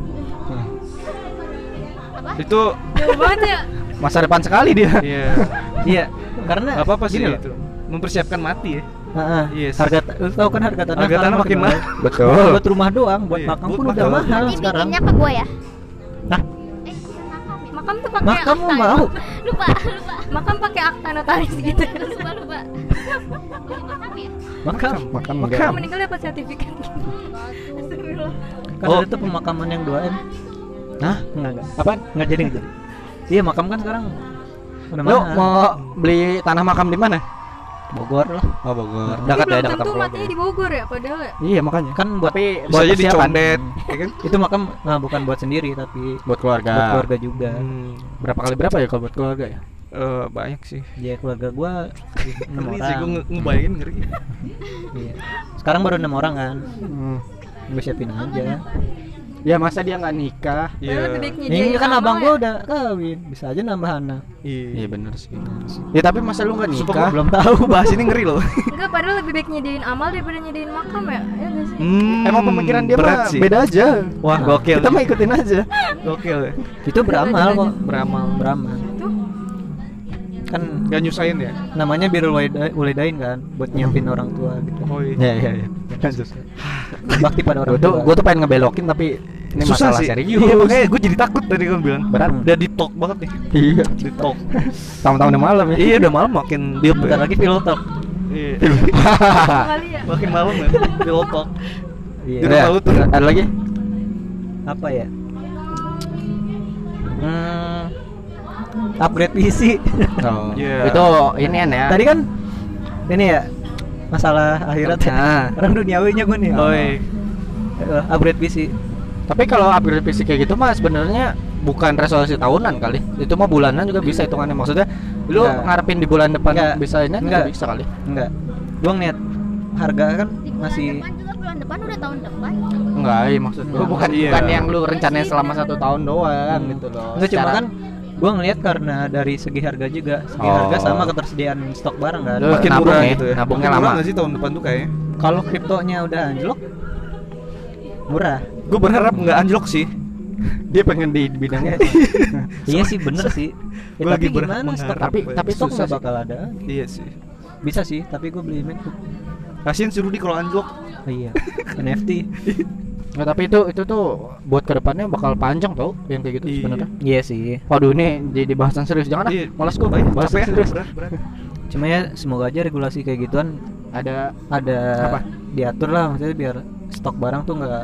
Itu Jauh banget ya. Masa depan sekali dia. iya. Iya, karena Gak apa-apa sih gini loh. itu. Mempersiapkan mati ya. Heeh. Yes. Harga lu tahu kan harga tanah Harga sekarang tanah makin mahal. Betul. Buat rumah doang, buat Iya, makam buat pun udah makam. mahal Nanti sekarang. bikinnya ke gua ya. Nah, Eh, makam ya. Makam tuh pakai makam akta ya? mau. Lupa, lupa. Makam pakai akta notaris gitu. Lupa, lupa. Makam ya. Makam. Makan Makam. enggak. Meninggal dapat sertifikat. Astagfirullah. Kan Oh. ada tuh pemakaman yang dua M. Hah? Enggak, enggak. Apaan? Enggak jadi enggak. Iya, makam kan sekarang udah Lu mahal. mau beli tanah makam di mana? Bogor lah. Oh, Bogor. Tapi Dekat ya, belum dekat tentu Pulau. matinya di Bogor ya padahal ya. Iya, makanya. Kan buat Tapi Bisa buat aja persiapan. dicondet, ya kan? itu makam nah, bukan buat sendiri tapi Buat keluarga. buat keluarga juga. Hmm. Berapa kali berapa ya kalau buat keluarga ya? Eh, banyak sih. Ya keluarga gua enam Ngeri sih, orang. gue nge- ngebayangin ngeri. Iya. Sekarang baru enam orang kan. Hmm. Gue siapin aja. Ya masa dia nggak nikah? Padahal lebih baik Iya. nyediain Ini kan amal abang ya. gua udah kawin, bisa aja nambah anak. Iya Iya. benar sih. Ya tapi masa lu nggak Sumpah nikah? gua belum tahu bahas ini ngeri loh. Enggak, padahal lebih baik nyediain amal daripada nyediain makam ya. Ya nggak sih? Hmm, Emang pemikiran dia berat mah sih. beda aja. Wah, gokil. Kita mah ikutin aja. Gokil ya. Itu beramal kok, Beramal. beramal. Itu Kan Gak nyusahin ya. namanya birrul walida- walidain kan, buat nyiapin orang tua gitu. Oh iya. Iya iya iya. Lanjut. Bakti pada orang Gue tuh tua. gue tuh pengen ngebelokin tapi ini Susah masalah sih. serius. Iya, makanya gue jadi takut tadi gue bilang. Berat. Udah di talk banget nih. Iya. Di talk. Tahun-tahun udah malam ya. Iya, udah malam makin diep Bentar ya. lagi pillow talk. Iya. kali ya. Makin malam ya. Pillow talk. Iya. Udah tahu tuh. Ada lagi? Apa ya? Hmm, upgrade P C. Oh. Iya. Itu inian ya. Tadi kan ini ya masalah akhirat ya. Ah. Orang duniawinya gue nih. Oh iya. Eh, upgrade P C. Tapi kalau upgrade fisik kayak gitu mah sebenarnya bukan resolusi tahunan kali. Itu mah bulanan juga bisa hitungannya. Maksudnya lu Enggak. ngarepin di bulan depan Enggak. bisa ini Enggak. juga bisa kali. Enggak. Gua ngeliat harga kan Di bulan masih depan juga, bulan depan udah tahun depan. Enggak, iya maksud gua Enggak. bukan Iya. bukan yang lu rencanain selama satu tahun doang gitu loh. Enggak, cuma Secara- kan gua ngeliat karena dari segi harga juga, segi Oh. harga sama ketersediaan stok barang kan. Lu Makin nabung murah ya, gitu ya. nabungnya Makin murah lama. nggak sih tahun depan tuh kayaknya? Kalau kriptonya udah anjlok, murah. Gue berharap nggak anjlok sih. Dia pengen di bidangnya. Iya sih bener sih. Ya, Gua tapi lagi berharap gimana stok? mengharap, Tapi Boy. tapi Stok susah nggak sih. bakal ada. Iya sih. Bisa sih, tapi gue beli MacBook. Kasian si Rudy kalau anjlok. Oh, iya. N F T. Nggak, tapi itu itu tuh buat kedepannya bakal panjang tau yang kayak gitu Iya. sebenarnya. Iya sih. Waduh ini jadi bahasan serius jangan ah. Iya. Malas gua Baik, bahas capek ya, serius. berat, berat. Cuma ya semoga aja regulasi kayak gituan Ada ada Apa? diatur lah, maksudnya biar stok barang tuh nggak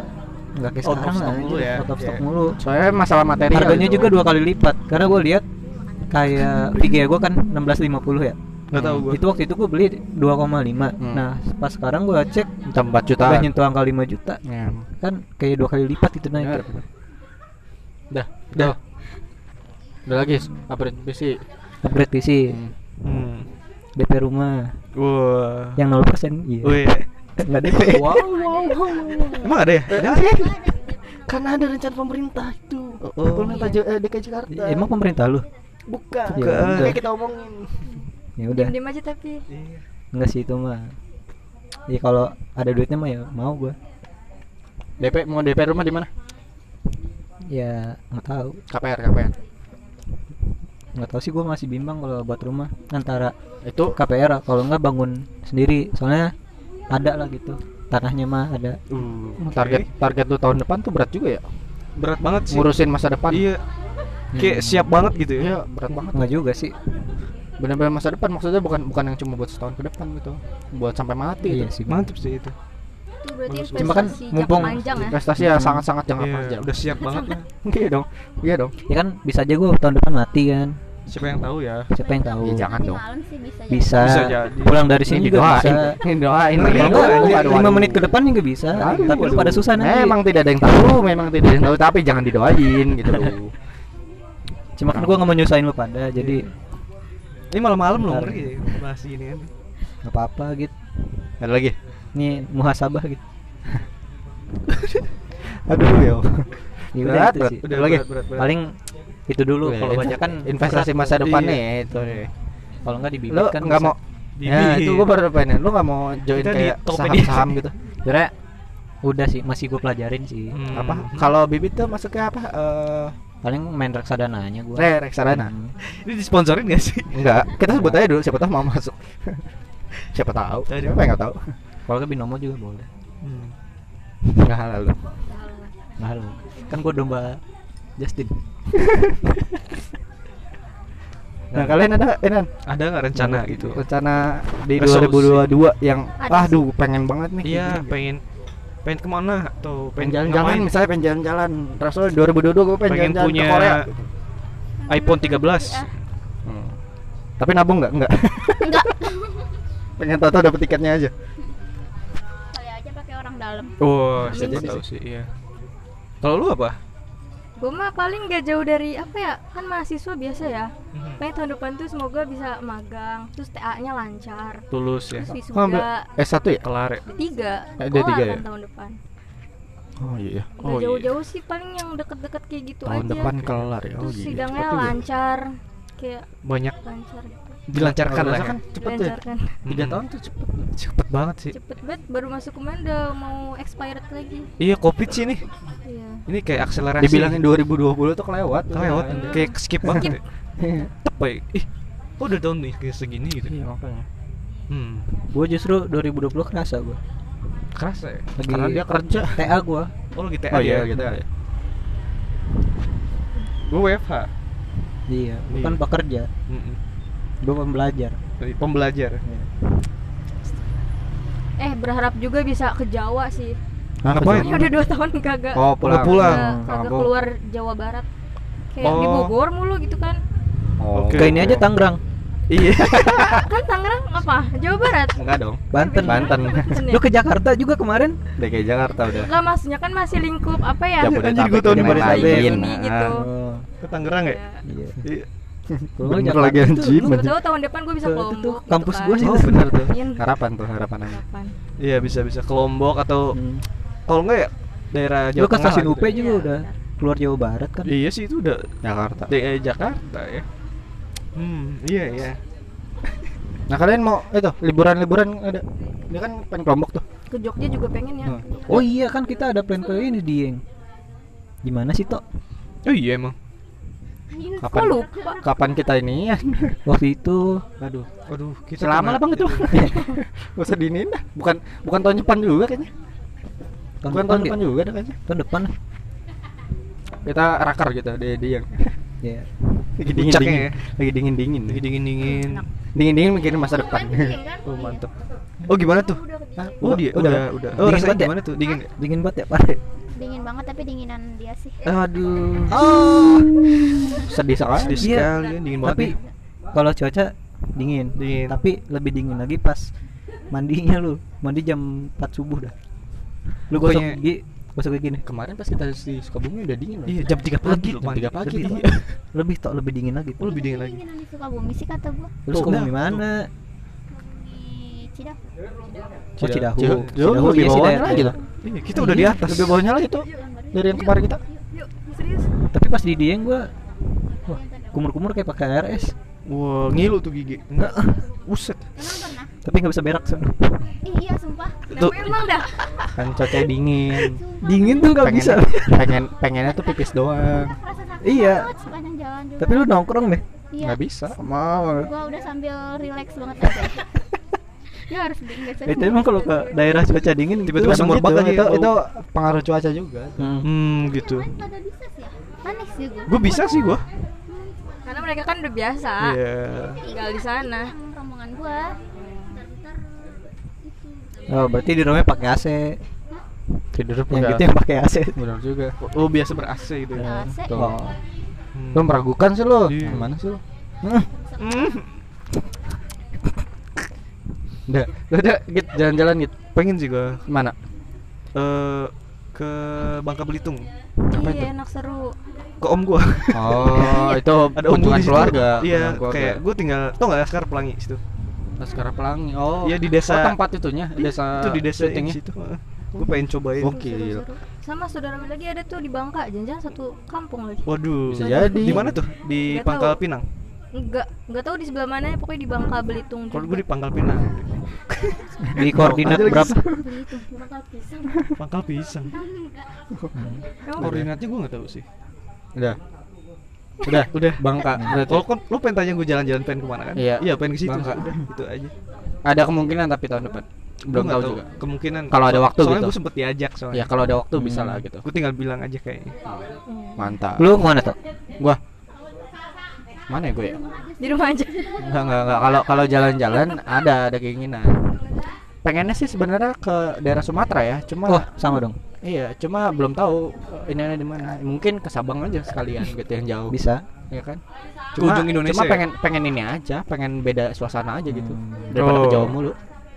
Enggak kayak Out of sekarang stock lah, mulu anjir. ya. Out of stock Iya. mulu. Soalnya masalah materi Harganya juga dua kali lipat. Karena gue lihat kayak V G A gue kan enam belas lima puluh ya. Nggak tahu gua. Itu waktu itu gue beli dua koma lima. Hmm. Nah, pas sekarang gue cek empat juta. udah nyentuh angka lima juta. Ya. Kan kayak dua kali lipat itu naik. Bener. Udah, udah. Udah lagi upgrade P C. Upgrade P C, Hmm. D P rumah Wah. yang nol persen. Iya. Wih. Enggak D P. Wow, wow, wow. Emang ada ya? Ada. Kan ada rencana pemerintah itu. Oh. Pemerintah J- eh, D K I Jakarta. Emang pemerintah lu? bukan. Ya Bukan. udah. Kayak kita omongin. Ya udah. Diem aja tapi. Enggak sih itu mah. Ya kalau ada duitnya mah ya mau gua. D P mau D P rumah di mana? Ya nggak tahu. K P R, K P R. Nggak tahu sih, gua masih bimbang kalau buat rumah antara Itu K P R kalau nggak bangun sendiri. Soalnya ada lah gitu. Tanahnya mah ada. Uh, target target lu tahun depan tuh berat juga ya. berat banget sih. Ngurusin masa depan. Iya. Kayak siap banget gitu ya. Iya, berat banget. Nggak juga sih. Benar-benar masa depan maksudnya bukan bukan yang cuma buat setahun ke depan gitu. Buat sampai mati Iya itu. sih. Mantap sih itu. Itu berarti Bagus. investasi Cuma kan jangka mumpung panjang ya. Investasi ya Hmm. sangat-sangat jangka Iya, panjang. udah siap banget lah. Iya dong. Iya dong. Ya kan bisa aja gua tahun depan mati kan. Siapa yang tahu ya? Siapa yang tahu? Ya, jangan Nanti dong. malam sih bisa. Bisa. Bisa jadi. Pulang dari sini Ini juga doain. bisa. Ini doain. Iya, Kalau doain. aduh, aduh, lima aduh. menit ke depan juga bisa. Aduh, Tapi lu aduh. pada susah nanti. Memang tidak ada yang tahu, memang tidak ada yang tahu, tapi jangan didoain gitu loh. Cuma kan gua nggak mau nyusahin lu pada, jadi Ini malam-malam loh Bentar. ngeri ya, bahas gini kan. nggak apa-apa gitu. Ada lagi? Ini muhasabah gitu. Aduh ya. Ya udah Berat, itu berat. sih. Udah Lagi? berat, berat, berat. Paling itu dulu Iya, kalau inv- banyak kan investasi masa depan Iya. nih itu nih. kalau nggak Lu dibibitkan nggak mau? Bibit. Ya itu gua baru pengen. Lu nggak mau join Kita di kayak Tokopedia. saham-saham gitu? kira udah sih masih gue pelajarin sih. Hmm. Apa? Kalau bibit tuh masuknya apa? Eh, Paling main reksadananya gue. re reksadana. Hmm. Ini disponsorin gak sih? Enggak, kita sebut aja dulu siapa tahu mau masuk. Siapa tahu? Tadi. Siapa yang nggak tahu? Kalau ke binomo juga boleh. Hmm. Enggak halal lu. Mahal. Kan gue domba Justin. Nah, kalian ada Enan Ada nggak rencana gitu? rencana di Resolusi. dua ribu dua puluh dua yang Ada aduh pengen banget nih. Iya, kayak gini. pengen pengen kemana atau pengen pengen jalan-jalan ngapain? misalnya pengen jalan-jalan. Rasul dua ribu dua puluh dua gue pengen, Pengen jalan-jalan punya ke Korea. iPhone tiga belas. Hmm. Tapi nabung nggak? Enggak. Enggak. Pengen tahu dapet tiketnya aja. Kali aja pakai orang dalam. Oh, Bisa siapa jadi tahu sih, iya. Kalau lu apa? Gue mah paling gak jauh dari apa ya, kan mahasiswa biasa ya. Hmm. Pengen tahun depan tuh semoga bisa magang, terus T A-nya lancar, Tulus ya. terus Oh, ambil wisuda S satu ya? Kelar ya. D tiga, Eh, D tiga kelar ya? kan tahun depan. Oh iya. Gak Oh, iya. jauh-jauh sih, paling yang deket-deket kayak gitu Tahun aja. depan kelar ya. Oh Terus iya. sidangnya Cepet juga. lancar, kayak Banyak lancar gitu. dilancarkan lah. Rasa ya. kan cepet ya. Dilancarkan. Tiga Mm-mm. tahun tuh cepet. Cepet banget sih. Cepet banget, baru masuk kemarin udah mau expired lagi. Iya, Covid sih nih. Iya. Ini kayak akselerasi. Dibilangin dua ribu dua puluh tuh kelewat. kelewat, Hmm. kayak skip banget. Skip. Ya. Tepai. Ih, kok udah tahun nih kayak segini gitu. Iya makanya. Hmm. Gue justru dua ribu dua puluh kerasa gue. Kerasa ya. Lagi Karena dia kerja. T A gue. Oh, lagi T A Oh iya ya. gitu ya. Gue W F H. Iya, bukan Iya. pekerja. Mm-mm. Gue pembelajar. Jadi Pembelajar. Eh berharap juga bisa ke Jawa sih. Hah, Ngapain? Soalnya udah dua tahun kagak Oh pulang. pulang. kagak- Hmm, kagak kampung. keluar Jawa Barat. Kayak di Oh. Bogor mulu gitu kan. Oh. Oke. Ke ini aja Tangerang, Iya. Kan Tangerang apa? Jawa Barat. Enggak dong. Banten. Banten. Sini. Lu ke Jakarta juga kemarin? D K I Jakarta udah. Lah maksudnya kan masih lingkup apa ya? Anjir, gua tahun yang depan lain. Jabodetabek. Ini gitu. Oh, Ke Tangerang ya? iya. Iya. Kalau Bener Jakarta lagi tuh, anjing. lu Siapa tahu tahun depan gue bisa Ke- ke itu Lombok. tuh gitu kampus kan. gua sih. Oh, bener tuh. Ingin Harapan tuh harapan aja. harapan. Iya, bisa bisa ke Lombok atau Hmm. kalau enggak ya daerah Lu Jawa ke Tengah stasiun lah U P gitu. juga Iya, udah benar. keluar Jawa Barat kan? Iya sih itu udah Jakarta. D E Jakarta ya. Hmm, iya iya. Nah kalian mau itu liburan-liburan ada? Dia kan pengen kelompok tuh. Ke Jogja juga pengen ya. Hmm. Oh iya kan kita ada plan ke ini Dieng. Gimana sih Tok? Oh iya emang. Kapan? Kok lupa? Kapan kita ini ya? Waktu itu Aduh. Waduh, kita Selama kena- lah bang itu. Gak usah diinin dah. Bukan bukan tahun depan juga kayaknya. tahun bukan depan, tahun dia. depan juga dah kayaknya. Tahun depan lah. Kita rakar gitu di di yang Ya. lagi dingin Puncaknya dingin. ya. Lagi dingin dingin. Lagi dingin-dingin. Dingin dingin mikirin masa depan. Oh, mantap. Oh, gimana tuh? Hah? Oh, dia udah udah udah. Oh, Dingin rasanya banget ya? gimana tuh? Dingin ya? Dingin banget ya, Pak. dingin banget tapi dinginan dia sih. Aduh. Oh. Sedih sekali. Sedih Iya. sekali ya, dingin banget. Tapi nih. kalau cuaca dingin. Dingin. Tapi lebih dingin lagi pas mandinya lu. Mandi jam empat subuh dah. Lu gosok Pokoknya- gigi, gosok gigi nih. Kemarin pas kita di Sukabumi udah dingin loh. Iya, jam tiga pagi Jam loh. tiga pagi Lebih, tuh. iya. Lebih tok lebih dingin lagi. Oh, lebih dingin lagi. Dinginan di Sukabumi sih kata gua. Lu Tuh, Sukabumi nah, mana? Di Cidahu. Oh, Cidahu. Cidahu, Cidahu lebih iya sih bawahnya daerah- lagi tuh. Iya, kita udah di atas. Lebih bawahnya lagi tuh dari yang kemarin kita. Yuk, serius. Tapi pas di Dieng gua wah, kumur-kumur kayak pakai R S. Wah, ngilu tuh gigi. Enggak. Buset. Emang pernah? Tapi nggak bisa berak sono. Ih, iya sumpah. Nah, emang dah. Kan cuacanya dingin. Dingin tuh nggak Pengen, bisa. pengen pengennya tuh pipis doang. Rasa sakit Iya. banget sepanjang jalan juga. Tapi lu nongkrong deh. iya. Nggak bisa. Mau. Gua udah sambil relax banget aja. Ya harus dingin guys. Itu emang kalau ke daerah cuaca dingin Tiba-tiba gitu, sumur emang bak gitu. lagi. Itu bau. itu pengaruh cuaca juga. Hmm. Hmm, gitu. Kan pada bisa sih ya. Panik sih gua. Gue bisa sih gua. Karena mereka kan udah biasa Iya. tinggal di sana. Yang rombongan gua. Bentar-bentar itu. Oh, berarti di rumahnya pakai A C. Tidur Yang pakai gitu yang pakai A C. benar juga. Oh, biasa ber-A C gitu ya. A C. Tuh. Oh. Hmm. Lu meragukan sih lu. Iya. Gimana sih lu? Hmm. Hmm. Udah, udah git jalan-jalan git. Pengen sih gua. Mana? Eh ke Bangka Belitung. Apa itu? Iya, enak seru. Ke om gua. Oh, itu Ada om gua kunjungan di situ. keluarga. Iya, kunjungan keluarga. kayak gua tinggal tau enggak Laskar Pelangi situ. Laskar Pelangi. Oh. Iya, di desa- Oh, tempat itunya, desa. Itu di desa yang syutingnya. situ. Gue pengen cobain. Gokil. Sama saudara lagi ada tuh di Bangka, jangan-jangan satu kampung lagi. Waduh. Bisa jadi. Di mana tuh? Di Nggak Pangkal tahu. Pinang. Enggak, enggak tahu di sebelah mana, pokoknya di Bangka Belitung Kalau juga. gue di Pangkal Pinang. Di koordinat Aja lagi. berapa? Belitung bakal pisang. Pangkal Pisang. Emang Koordinatnya gue nggak tahu sih. Udah. Udah, Udah. Bangka. Berarti Kalau kan lu pengen tanya gue jalan-jalan pengen kemana kan? Iya. Iya pengen ke situ. Bangka. Udah, itu aja. ada kemungkinan tapi tahun depan. Belum Gua nggak tahu juga. Kemungkinan. Kalau ada So- waktu soalnya gitu. gue sempet diajak soalnya. Ya kalau ada waktu bisa Hmm. lah gitu. Gue tinggal bilang aja kayaknya. Mantap. Lu kemana tuh? Gua mana ya gue ya? di rumah aja. Enggak enggak enggak. Kalau kalau jalan-jalan ada ada keinginan. Pengennya sih sebenarnya ke daerah Sumatera ya, cuma Oh, sama dong. iya, cuma belum tahu eh, ini ada di mana. Mungkin ke Sabang aja sekalian gitu yang jauh. Bisa. Ya kan? Ke ujung Indonesia Cuma ya? pengen pengen ini aja, pengen beda suasana aja gitu. Daripada Oh. ke Jawa mulu.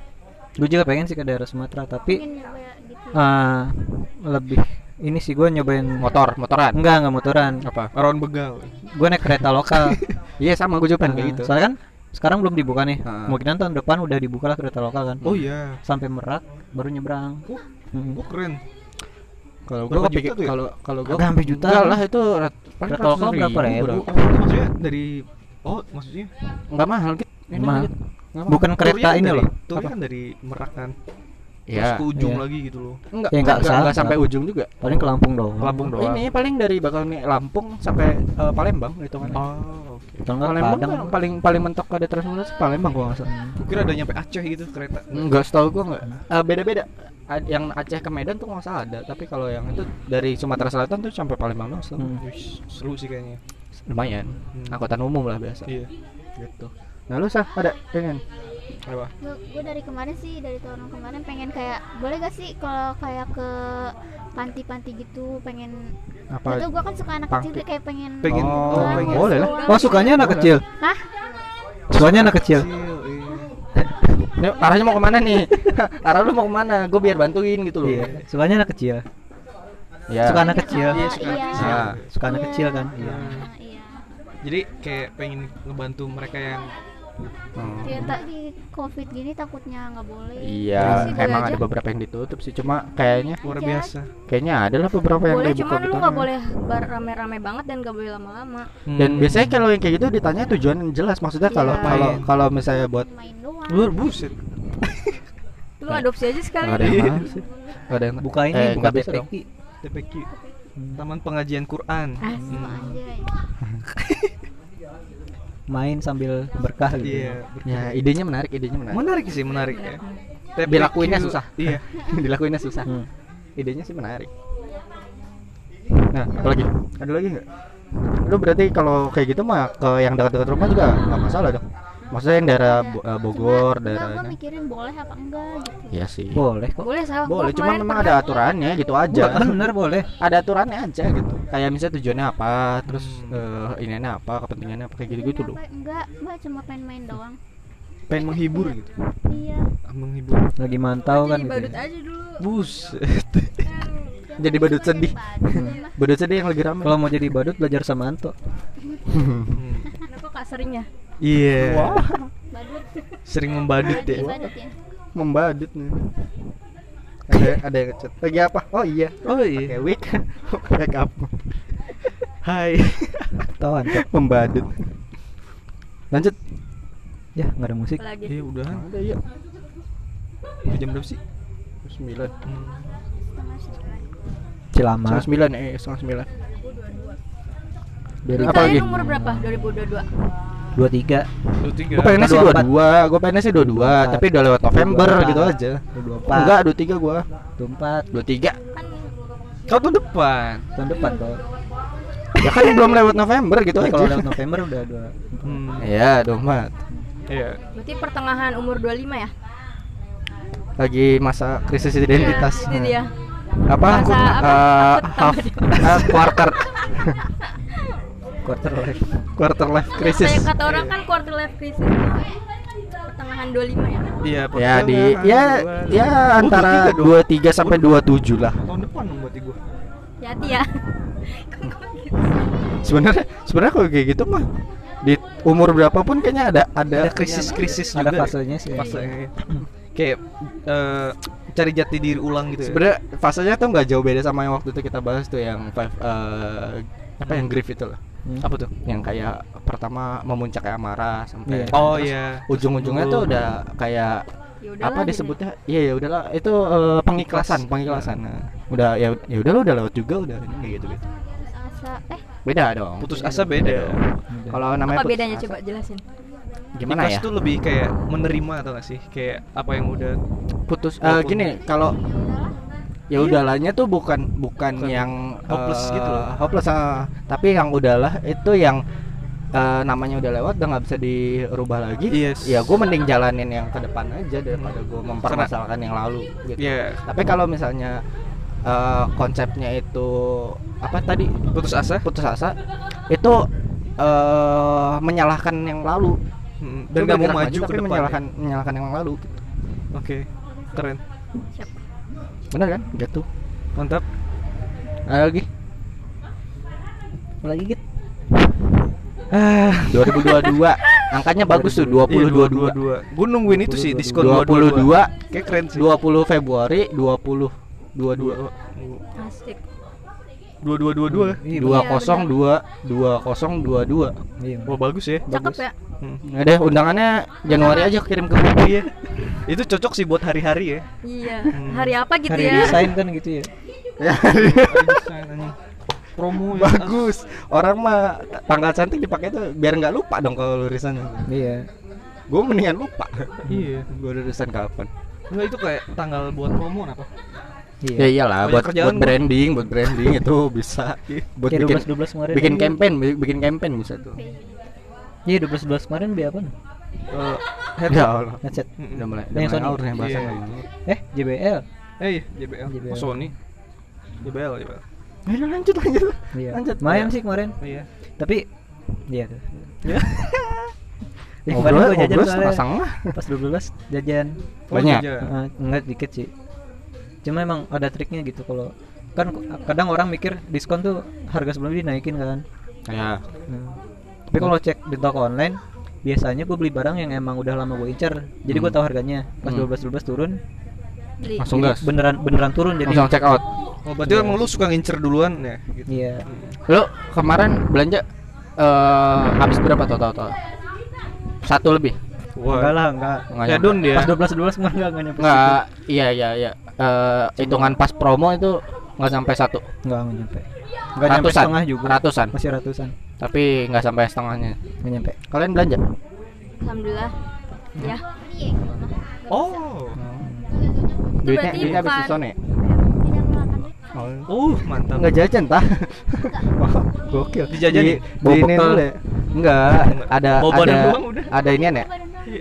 Gue juga pengen sih ke daerah Sumatera, tapi Pengen nyoba gitu. ah, lebih ini sih gue nyobain Motor, motoran. Enggak, enggak motoran. Apa? Aron Begal. Gue naik kereta lokal. Iya sama gue juga pengen kayak Nah, gitu. Soalnya kan sekarang belum dibuka nih. Ah. Kemungkinan tahun depan udah dibuka lah kereta lokal kan. Oh iya. Sampai Merak baru nyebrang. Oh, Hmm. oh keren. Kalau Berapa gue pikir juta tuh ya? kalau kalau gue Agak sampai jutaan. Enggak lah itu rat, paling Kereta ratus lokal berapa ribu? berapa? Maksudnya dari oh maksudnya Enggak mahal gitu. Ini Mahal. gitu. Nggak Bukan turnya kereta kan ini dari, loh. Turnya Apa? kan dari Merak kan. Terus Iya. ke ujung iya. lagi gitu loh. Enggak, Ya, nggak enggak, usah. enggak sampai ujung juga. Paling ke Lampung doang. Ke Lampung doang. Ini paling dari Bakauheni Lampung sampai eh, Palembang gitu kan. Oh, oke. Kalau nggak Palembang Padang. kan paling paling mentok ada transportasi Palembang gua nggak salah. Gue kira ada nyampe Aceh gitu kereta. Enggak, setahu gua enggak. Eh, beda-beda. Ad- Yang Aceh ke Medan tuh nggak salah ada, tapi kalau yang itu dari Sumatera Selatan tuh sampai Palembang doang. setahu. Hmm. Wih, seru sih kayaknya. Lumayan. Hmm. Angkutan umum lah biasa. Iya. Gitu. Nah, lu sah ada pengen? Apa? Gue dari kemarin sih, dari tahun kemarin pengen kayak boleh gak sih kalau kayak ke panti-panti gitu, pengen Apa? itu gue kan suka anak Panti. kecil tuh kayak pengen Pengen- oh, pulang, pengen. boleh lah. pulang. Oh, sukanya anak Boleh. kecil. Hah? Sukanya anak kecil. iya. Nih, arahnya mau kemana nih? Arah lu mau kemana? Gue biar bantuin gitu loh. Iya, sukanya anak kecil. Iya. Suka anak kecil. Iya, suka Iya. anak kecil. Nah, Suka anak Iya. kecil kan. Iya. Nah, iya. Jadi kayak pengen ngebantu mereka yang hmm. Ya tak di covid gini takutnya nggak boleh. Iya, Sih, boleh emang aja. ada beberapa yang ditutup sih. Cuma kayaknya luar Aja. biasa. kayaknya ada lah beberapa yang Boleh, dibuka cuman lu gitu. nggak boleh bar rame-rame banget dan nggak boleh lama-lama. Dan Hmm. biasanya kalau yang kayak gitu ditanya tujuan yang jelas. Maksudnya Iya. kalau kalau Main. kalau misalnya buat Main doang. luar buset. Lu adopsi aja sekali. nggak ada yang mahal sih. Nggak ada yang Buka ini, eh, buka nggak bisa dong. T P Q. T P Q. Taman Pengajian Quran. Ah, Hmm. sama anjay. Main sambil berkah gitu. Iya. ber- Ya, idenya menarik, idenya menarik. Menarik sih, menarik ya. T P Q. Dilakuinnya susah. Iya. Dilakuinnya susah. Hmm. Idenya sih menarik. Nah, apa lagi? Ada lagi nggak? Lu berarti kalau kayak gitu mah ke yang dekat-dekat rumah juga nggak masalah dong. Maksudnya yang daerah Ada. Bo- eh, Bogor, Cuma, daerah enggak, gue ini. mikirin boleh apa enggak gitu. Iya sih. Boleh kok. Boleh salah. Boleh, Gua cuman kemarin memang pernah- ada aturannya gitu aja. Wah, bener boleh. Ada aturannya aja gitu. Kayak misalnya tujuannya apa, terus eh, ininya apa, kepentingannya apa kayak gitu-gitu loh. Enggak, enggak, enggak cuma pengen main doang. Pengen menghibur gitu. Iya. Ah, menghibur. Lagi mantau kan Jadi gitu. badut ya. aja dulu. Buset. Jadi badut sedih. Badut sedih yang lagi rame. Kalau mau jadi badut belajar sama Anto. Kenapa kak seringnya? Iya. Badut. Sering membadut Lagi ya. badut ya. Membadut nih. Ada ada yang ngechat. Lagi apa? Oh iya. Oh Pakai iya. wig. Pakai apa? Hai. Tahu Anto. Membadut. Lanjut. Ya, nggak ada musik. Apalagi. Ya udah. Ada iya. Udah jam berapa sih? sembilan. Hmm. Setengah sembilan. Cilama. Setengah sembilan eh setengah sembilan. Dari Apa lagi? Kalian umur berapa? dua ribu dua puluh dua. dua tiga. Dua tiga. Gue pengennya sih dua dua empat. dua, gue pengennya sih dua dua, dua empat. tapi udah lewat November dua empat. gitu aja. dua empat. Enggak, dua tiga gue, dua empat. dua tiga. Kan Kau tahun depan. Tahun depan kok. Ya kan belum lewat November gitu Tapi kalau aja. lewat November udah dua. Hmm. Iya, dua empat. Iya. berarti pertengahan umur dua puluh lima ya? Lagi masa krisis identitas. Ya, itu dia. Apa? Masa apa? Eh, Takut half tambah eh, quarter Quarter life. quarter life crisis. Kayak kata orang kan quarter life crisis itu pertengahan dua puluh lima ya? Iya, Ya di pertengahan ya dua- ya Oh, antara dua tiga dong. dua tiga sampai dua tujuh lah. Tahun depan dong berarti gua. Hati-hati ya. Sebenarnya sebenarnya kalau kayak gitu mah di umur berapapun kayaknya ada ada Ada krisis-krisis Ada juga. fasenya sih. Fase. Kayak eh, cari jati diri ulang gitu ya. Sebenarnya fasenya tuh nggak jauh beda sama yang waktu itu kita bahas tuh yang five eh, apa yang grief itu loh. Hmm. Apa tuh? Yang kayak pertama memuncak kayak amarah sampai Iya. Oh terus iya. ujung-ujungnya tuh udah kayak Ya udahlah, apa gitu. disebutnya? Iya ya udahlah itu eh, pengikhlasan, pengikhlasan. Nah, udah ya ya udah lo udah lewat juga udah ini kayak gitu gitu. Terus asa eh Beda dong. Putus asa beda. Kalau namanya Apa putus bedanya asa, coba jelasin? Gimana Ikhlas ya? tuh lebih kayak menerima atau gak sih? Kayak apa yang udah Putus eh, Walaupun- gini kalau ya Iya. udahahnya tuh bukan bukan Bukan yang hopeless eh, gitu loh. hopeless ah. Tapi yang udahlah itu yang eh, namanya udah lewat udah nggak bisa dirubah lagi. Yes. Ya gue mending jalanin yang ke depan aja daripada gue mempermasalahkan yang lalu gitu. Iya. Tapi kalau misalnya eh, konsepnya itu apa tadi putus asa? putus asa itu eh, menyalahkan yang lalu Hmm, dan Lu gak mau bergerak maju ke tapi depan. menyalahkan menyalahkan yang lalu gitu. Oke. Keren. Benar kan gitu. Mantap. Ada lagi Lagi gitu. ah dua ribu dua puluh dua angkanya bagus tuh dua puluh dua puluh dua Gue nungguin itu sih diskon dua puluh dua Kayak keren sih. dua puluh Februari dua puluh dua dua Asik. Dua dua dua dua. dua kosong dua dua kosong dua dua. Iya. Wah bagus ya. Cakep ya? Hmm. Nggak deh undangannya Januari aja kirim ke gue. Iya. Itu cocok sih buat hari-hari ya. Iya. Hari apa gitu Hari ya? desain kan gitu ya. Hari desain anjing. Promo ya. Bagus. Orang mah tanggal cantik dipakai tuh biar nggak lupa dong kalau lulusannya. Iya. Gue mendingan lupa. Iya. Gue lulusan kapan? Enggak itu kayak tanggal buat promo apa? Ya Iya. iyalah Banyak buat kerjaan buat gua. branding, buat branding itu bisa. Buat Kayak dua bikin belas dua belas kemarin. bikin aja. campaign, bi- bikin campaign bisa tuh. Iya, dua belas dua belas kemarin beli apa? Eh, Ya Allah. Headset. Udah mulai, udah Yang mulai Sony. ngawur nih bahasa. Iya. Eh, J B L. Eh iya, J B L. J B L. Oh, Sony. J B L, J B L. Ayo lanjut lanjut. Iya. Lanjut. Lumayan sih kemarin. Iya. Tapi iya tuh. Ya. Ya, kemarin Ngobrol, gua jajan ngobrol soalnya setengah. pas dua belas jajan. Banyak? jajan. Uh, enggak dikit sih. Cuma emang ada triknya gitu kalau kan kadang orang mikir diskon tuh harga sebelumnya dinaikin kan. Ya. Nah, tapi kalau cek di toko online biasanya gue beli barang yang emang udah lama gue incer, jadi gue Hmm. tahu harganya. Pas Hmm. dua belas dua belas turun, Beli. Langsung jadi gas. beneran beneran turun jadi. Langsung check out. Oh, berarti emang lu suka ngincer duluan ya gitu. Iya. Lo kemarin belanja eh habis berapa total total? Satu lebih. Enggak lah, enggak. Nggak Ya nyampe. don dia. Pas dua belas dua belas enggak enggak enggak nyampe. Nggak, iya iya iya. Eh hitungan pas promo itu nggak sampai satu. situ. Enggak enggak nyampe. Enggak nyampe Ratusan, setengah juga. ratusan. Masih ratusan. Tapi nggak sampai setengahnya. Enggak nyampe. Kalian belanja? Alhamdulillah. Ya. Iya, gitu mah. Oh. Duitnya berarti duitnya habis bukan- di Sony. Tidak mengeluarkan duit. Uh, mantap. Nggak jajan tah? Oh, gokil. Dijajan Di, ya? bawa Di ini bekal. dulu ya? Enggak, ada Bawa badan ada doang udah. ada inian ya? Badan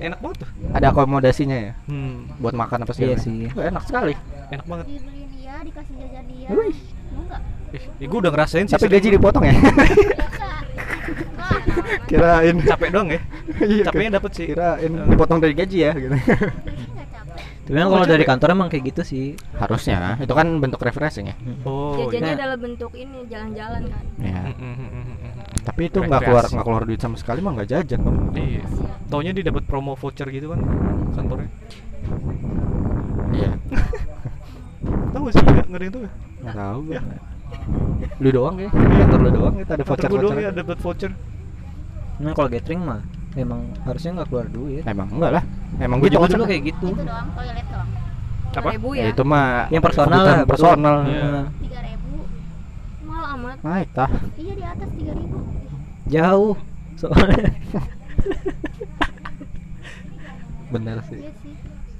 enak banget tuh. Ada akomodasinya ya Hmm, buat makan apa Iya segala. sih. Wah, enak sekali. enak banget. Dibeliin dia, dikasih jajan dia. Wih. Mau nggak? Eh, eh gue udah ngerasain sih. Tapi sering. gaji dipotong ya? Wah, Kirain. Capek doang ya. Iya, Capeknya dapet sih. Kirain dipotong dari gaji ya gitu. nggak capek. Tapi kan kalau dari kantor emang kayak gitu sih. Harusnya. Itu kan bentuk refreshing ya. Oh. Jajannya iya. dalam bentuk ini jalan-jalan kan. Ya. Mm, mm, mm, mm, mm. Tapi itu nggak keluar Rekreasi. nggak keluar duit sama sekali mah nggak jajan dong. Iya. Taunya dia dapat promo voucher gitu kan kantornya. Iya. Tahu gak sih? Nggak nggak ada yang tahu ya? Nggak tahu gue. Lu doang ya? Kantor lu doang kita ada Kantor voucher gue doang voucher. ya dapat voucher. Nah kalau gathering mah emang harusnya nggak keluar duit. Emang enggak lah. Emang Gue gitu juga konsepnya. dulu kayak gitu. Itu doang, toilet doang. Apa? Ribu Ya ya. itu mah Yang personal kebutuhan lah, personal. Iya. Nah, Tiga ribu. Mahal amat. Naik tah. Iya di atas tiga ribu. jauh soalnya. Bener sih. Iya sih.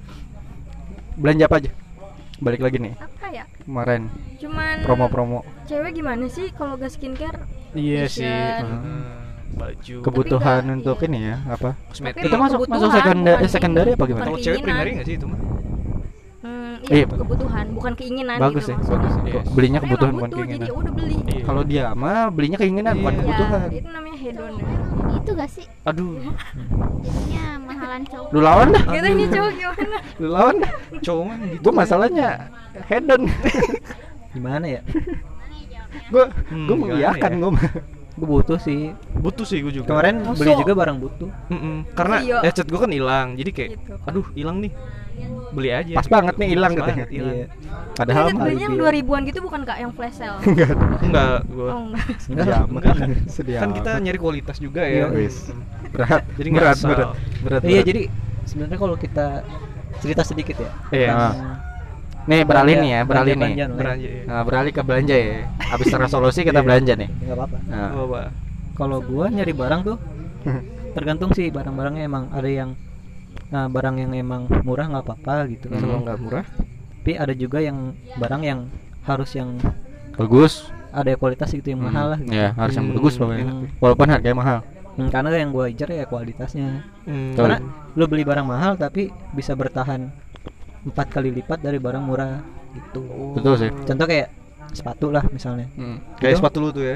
Belanja apa aja? Balik lagi nih. Apa ya? Kemarin Cuman promo-promo cewek gimana sih kalau gak skincare? Iya T-shirt. sih. Hmm. Hmm, baju. kebutuhan nggak- untuk iya. ini ya, apa? Kosmetik. Tapi Itu masuk kebutuhan, masuk sekunda- bukan secondary ini, apa gimana? bukan Kalau cewek keinginan. primary nggak sih itu mah? Hmm, Iya. iya, kebutuhan, bukan keinginan Bagus gitu sih, maksudnya. bagus. Yes. Belinya Karena kebutuhan emang bukan butuh, keinginan. jadi ya udah beli. Iya. Kalau dia mah belinya keinginan bukan Iya. kebutuhan. Ya, itu namanya hedon. Itu gak sih? Aduh, Jadinya mahalan cowok. Lu lawan dah. Kita ini cowok gimana? Lu lawan dah. cowok mah gitu. Gue masalahnya hedon. Gimana ya? Gue Hmm, gue gimana mengiyakan ya? gue. Gue butuh sih. Butuh sih gue juga. Kemarin Masuk. beli juga barang butuh. Mm-mm. Karena Iya. headset gue kan hilang, jadi kayak, Gitu. aduh hilang nih, beli aja. Pas banget nih hilang Pas katanya. banget hilang. Iya. Padahal Ini mah belinya yang dua ribuan gitu bukan Kak yang flash sale? Enggak, gue. Oh enggak. Enggak sedih lah. amat. Enggak. Sedih Kan kita amat. nyari kualitas juga Iya, ya. Wis. Berat. Jadi nggak berat, asal. berat, berat. Iya berat. jadi sebenarnya kalau kita cerita sedikit ya. Iya. tentang Nih beralih nih ya, belanja- beralih nih. belanja-belanjaan lah ya. Beranja ya. Nah, beralih ke belanja ya. Habis resolusi kita Iya. belanja nih. Enggak apa-apa. Nah. Oh, Pak. Kalau gua nyari barang tuh tergantung sih barang-barangnya, emang ada yang nah, barang yang emang murah nggak apa-apa gitu kan. Kalau Hmm. nggak murah, Tapi ada juga yang barang yang harus yang bagus. ada kualitas gitu yang mahal lah gitu. Ya, harus yang Hmm, bagus pokoknya. enak. Walaupun harganya mahal. Hmm, karena yang gua incer ya kualitasnya. Hmm. Betul. Karena lu beli barang mahal tapi bisa bertahan empat kali lipat dari barang murah gitu. Betul sih. Contoh kayak sepatu lah misalnya. Hmm. Kayak Gitu. sepatu lu tuh ya.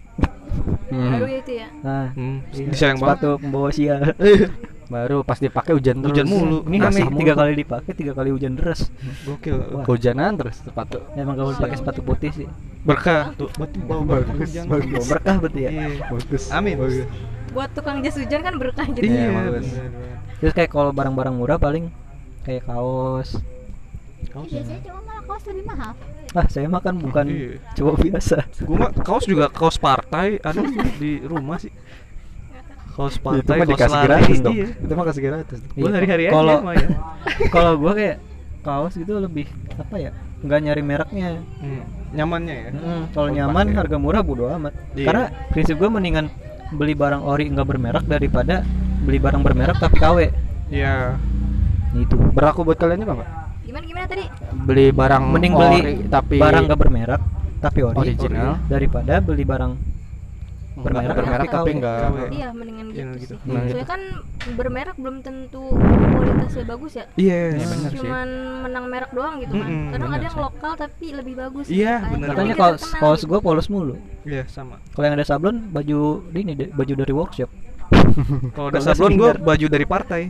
Baru Hmm. itu ya. Nah, Hmm. iya, Disayang banget. sepatu pembawa sial. Baru pas dipakai hujan terus. Hujan mulu. Ini Basah nih mulu. tiga kali dipakai, tiga kali hujan deras. Gokil. Wah. Kehujanan terus sepatu. Emang gak boleh pakai sepatu putih sih. Berkah tuh. Berarti bawa berkah Bagus, hujan. bagus. Berkah berarti ya. Iya. Bagus. Amin. Bagus. Buat tukang jas hujan kan berkah gitu. Iya, Iya, bagus. bener. Terus kayak kalau barang-barang murah paling kayak kaos. Kaos. Biasanya cuma malah kaos lebih mahal. Ah, saya mah kan bukan Iya. cowok biasa. Gua mah kaos juga kaos partai ada di rumah sih. Kaos Itu partai, mah kaos dikasih lari. gratis dong. Iya. Itu mah kasih gratis. Gua hari-hari aja Kalau mah ya. kalau gua kayak kaos gitu lebih apa ya? Nggak nyari mereknya. Hmm. Nyamannya ya. Hmm, kalau Oh, nyaman pakai. harga murah bodo amat. Iya. Karena prinsip gua mendingan beli barang ori nggak bermerek daripada beli barang bermerek tapi K W. Iya. Itu. Berlaku buat kalian juga nggak? Gimana gimana tadi? Beli barang Mending beli ori, tapi barang nggak bermerek tapi ori original. daripada beli barang bermerek, bermerek tapi tapi K W. enggak. K W. Iya, mendingan Iya, gitu. gitu. sih. Nah, Soalnya gitu. kan bermerek belum tentu kualitasnya bagus ya. Iya, Iya, bener sih. Cuman menang merek doang gitu kan. Mm-mm, Kadang bener ada yang sih. lokal tapi lebih bagus. Iya, Kayak bener. gitu, Makanya kita kaos kenal kaos gitu. gua polos mulu. Iya, sama. Kalau yang ada sablon baju ini deh, baju dari workshop. Kalau ada Kalau sablon gua seminar. baju dari partai.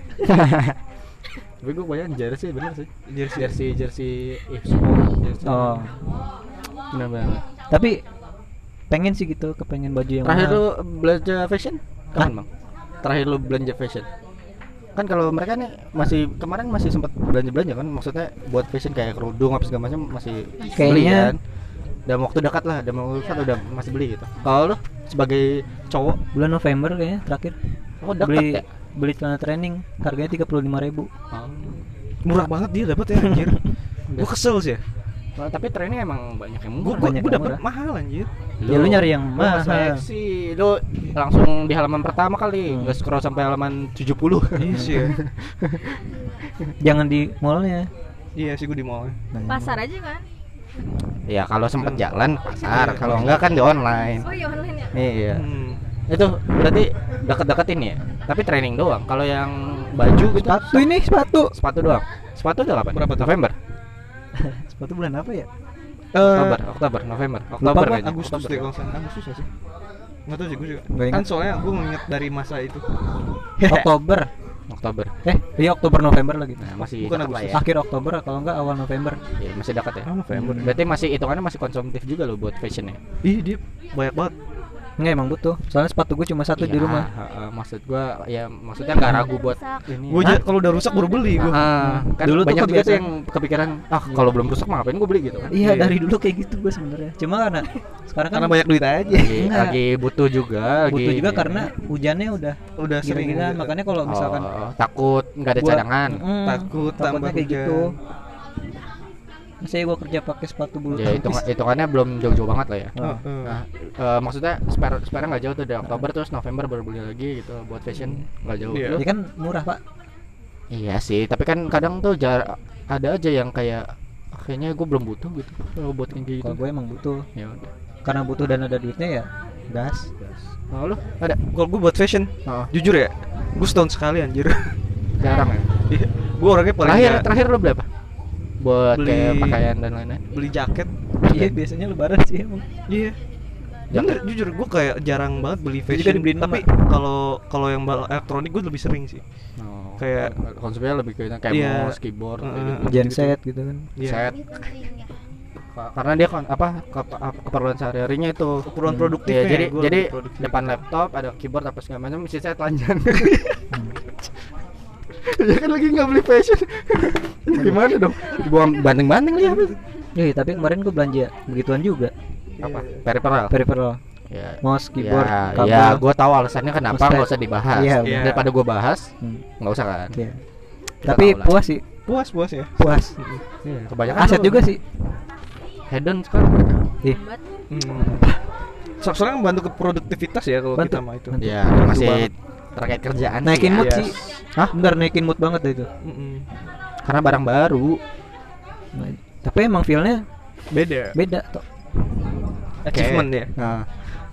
Tapi gue banyak jersey bener sih. Jersey. Jersey jersey e-sport. Jersey. Oh. Bener banget. Tapi pengen sih gitu, kepengen baju yang Terakhir mahal. lu belanja fashion? Kapan, Bang? Terakhir lu belanja fashion? Kan kalau mereka nih masih kemarin masih sempat belanja-belanja kan, maksudnya buat fashion kayak kerudung apa segala macam masih beli Kayaknya- kan. Dalam waktu dekat lah, dalam waktu dekat udah masih beli gitu. Kalau lu sebagai cowok, bulan November kayaknya terakhir oh dekat beli ya? beli celana training harganya tiga puluh lima ribu. Oh. Murah banget dia dapat ya anjir. Gua kesel sih ya. Nah, tapi training emang banyak yang Gua murah. gua, banyak gua yang dapat murah. mahal anjir. Ya, lu nyari yang lu mahal. seleksi, lu langsung di halaman pertama kali, Hmm. nggak scroll sampai halaman tujuh puluh. Iya sih ya. Jangan di mallnya. Iya sih gua di mall. Pasar aja kan. Ya kalau sempet jalan pasar, kalau enggak kan di online. Oh iya online ya. Iya. Hmm. Itu berarti deket-deket ini ya. Tapi training doang. Kalau yang baju gitu. Sepatu ini sepatu. Sepatu doang. Sepatu udah kapan? Berapa tuh? November. Sepatu bulan apa ya? Oktober, Oktober, November. Oktober Pak, kayaknya. Agustus Oktober. deh kalau salah. Agustus ya sih. Nggak tahu sih gue juga. Nggak ingat. Kan soalnya gue nginget dari masa itu. Oktober. Oktober. Eh, iya Oktober November lagi. Nah, masih Bukan dekat lah ya. Akhir Oktober kalau enggak awal November. Iya, masih dekat ya. Ah, November. Berarti masih hitungannya masih konsumtif juga lo buat fashion ya. Ih, dia banyak banget. Enggak emang butuh. Soalnya sepatu gue cuma satu di Iya, rumah. heeh, maksud gua ya maksudnya nggak ragu buat ini. Gue Hah? kalau udah rusak baru beli gue. Ah, kan Dulu tuh banyak juga tuh kebiasaan. yang kepikiran ah kalau belum rusak mah ngapain gua beli gitu kan. Iya, Iya. dari dulu kayak gitu gue sebenarnya. Cuma karena sekarang kan Karena banyak duit aja. Lagi, Enggak. lagi butuh juga lagi butuh juga ini. karena hujannya udah Udah sering. gila-gila. Makanya kalau misalkan Oh, takut nggak ada gua- cadangan. Mm, Takut takutnya tambah kayak hujan. gitu. Saya gue kerja pakai sepatu bulu Ya hitung tangkis. hitungannya belum jauh-jauh banget lah ya. Oh, oh. Nah, eh, maksudnya spare spare nggak jauh tuh dari Oktober terus November baru beli lagi gitu buat fashion nggak jauh. Iya. Lu- Ya kan murah pak. Iya sih, tapi kan kadang tuh jar ada aja yang kayak "Ah, kayaknya gue belum butuh gitu kalau buat kayak gitu. Kalau gue emang butuh. Ya udah. Karena butuh dan ada duitnya ya gas. Oh, lu ada? Kalau gue buat fashion, Oh, jujur ya, gue setahun sekali anjir. jarang ya. Iya, gue orangnya paling Terakhir nggak terakhir lu beli apa? Buat Beli- kayak pakaian dan lain-lain. beli jaket. Iya biasanya lebaran sih emang. Iya. Bener, jujur gue kayak jarang banget beli Jadi fashion. kan dibeliin Tapi kalau kalau yang bal- elektronik gue lebih sering sih. Oh, Kayak- konsumsinya lebih ke kayak Iya. mouse, keyboard, kayak Heeh. gitu. Genset gitu kan. Iya. Set. Lebih penting ya. Ka- Karena dia kon- apa ke- apa, keperluan sehari-harinya itu. Keperluan Hmm. produktifnya Iya, jadi ya, gua jadi lebih produktif. depan laptop ada keyboard apa segala macam isi saya telanjang. Ya kan lagi nggak beli fashion. Gimana dong? Dibuang banding-banding lihat. Iya tapi kemarin gue belanja begituan juga. Apa? Peripheral. Peripheral. Ya. Mouse, keyboard, ya, kabel. ya, gue tahu alasannya kenapa Mouse nggak usah dibahas. Iya, Iya. Daripada gue bahas, Hmm. nggak usah kan. Iya. Kita Tapi tahu lah. puas sih, Puas puas ya. puas. Iya, kebanyakan Aset tuh juga sih. hedon sekarang mereka. Ih, Hmm. So- soalnya membantu ke produktivitas ya kalau Bantu. kita mah itu. Bantu. Ya, Bantu masih banget. terkait kerjaan sih naikin ya. mood Yes. sih. Hah? Bentar naikin mood banget dah itu. Mm-mm. Karena barang baru. Nah, tapi emang feelnya Beda. beda toh. Achievement ya. Nah.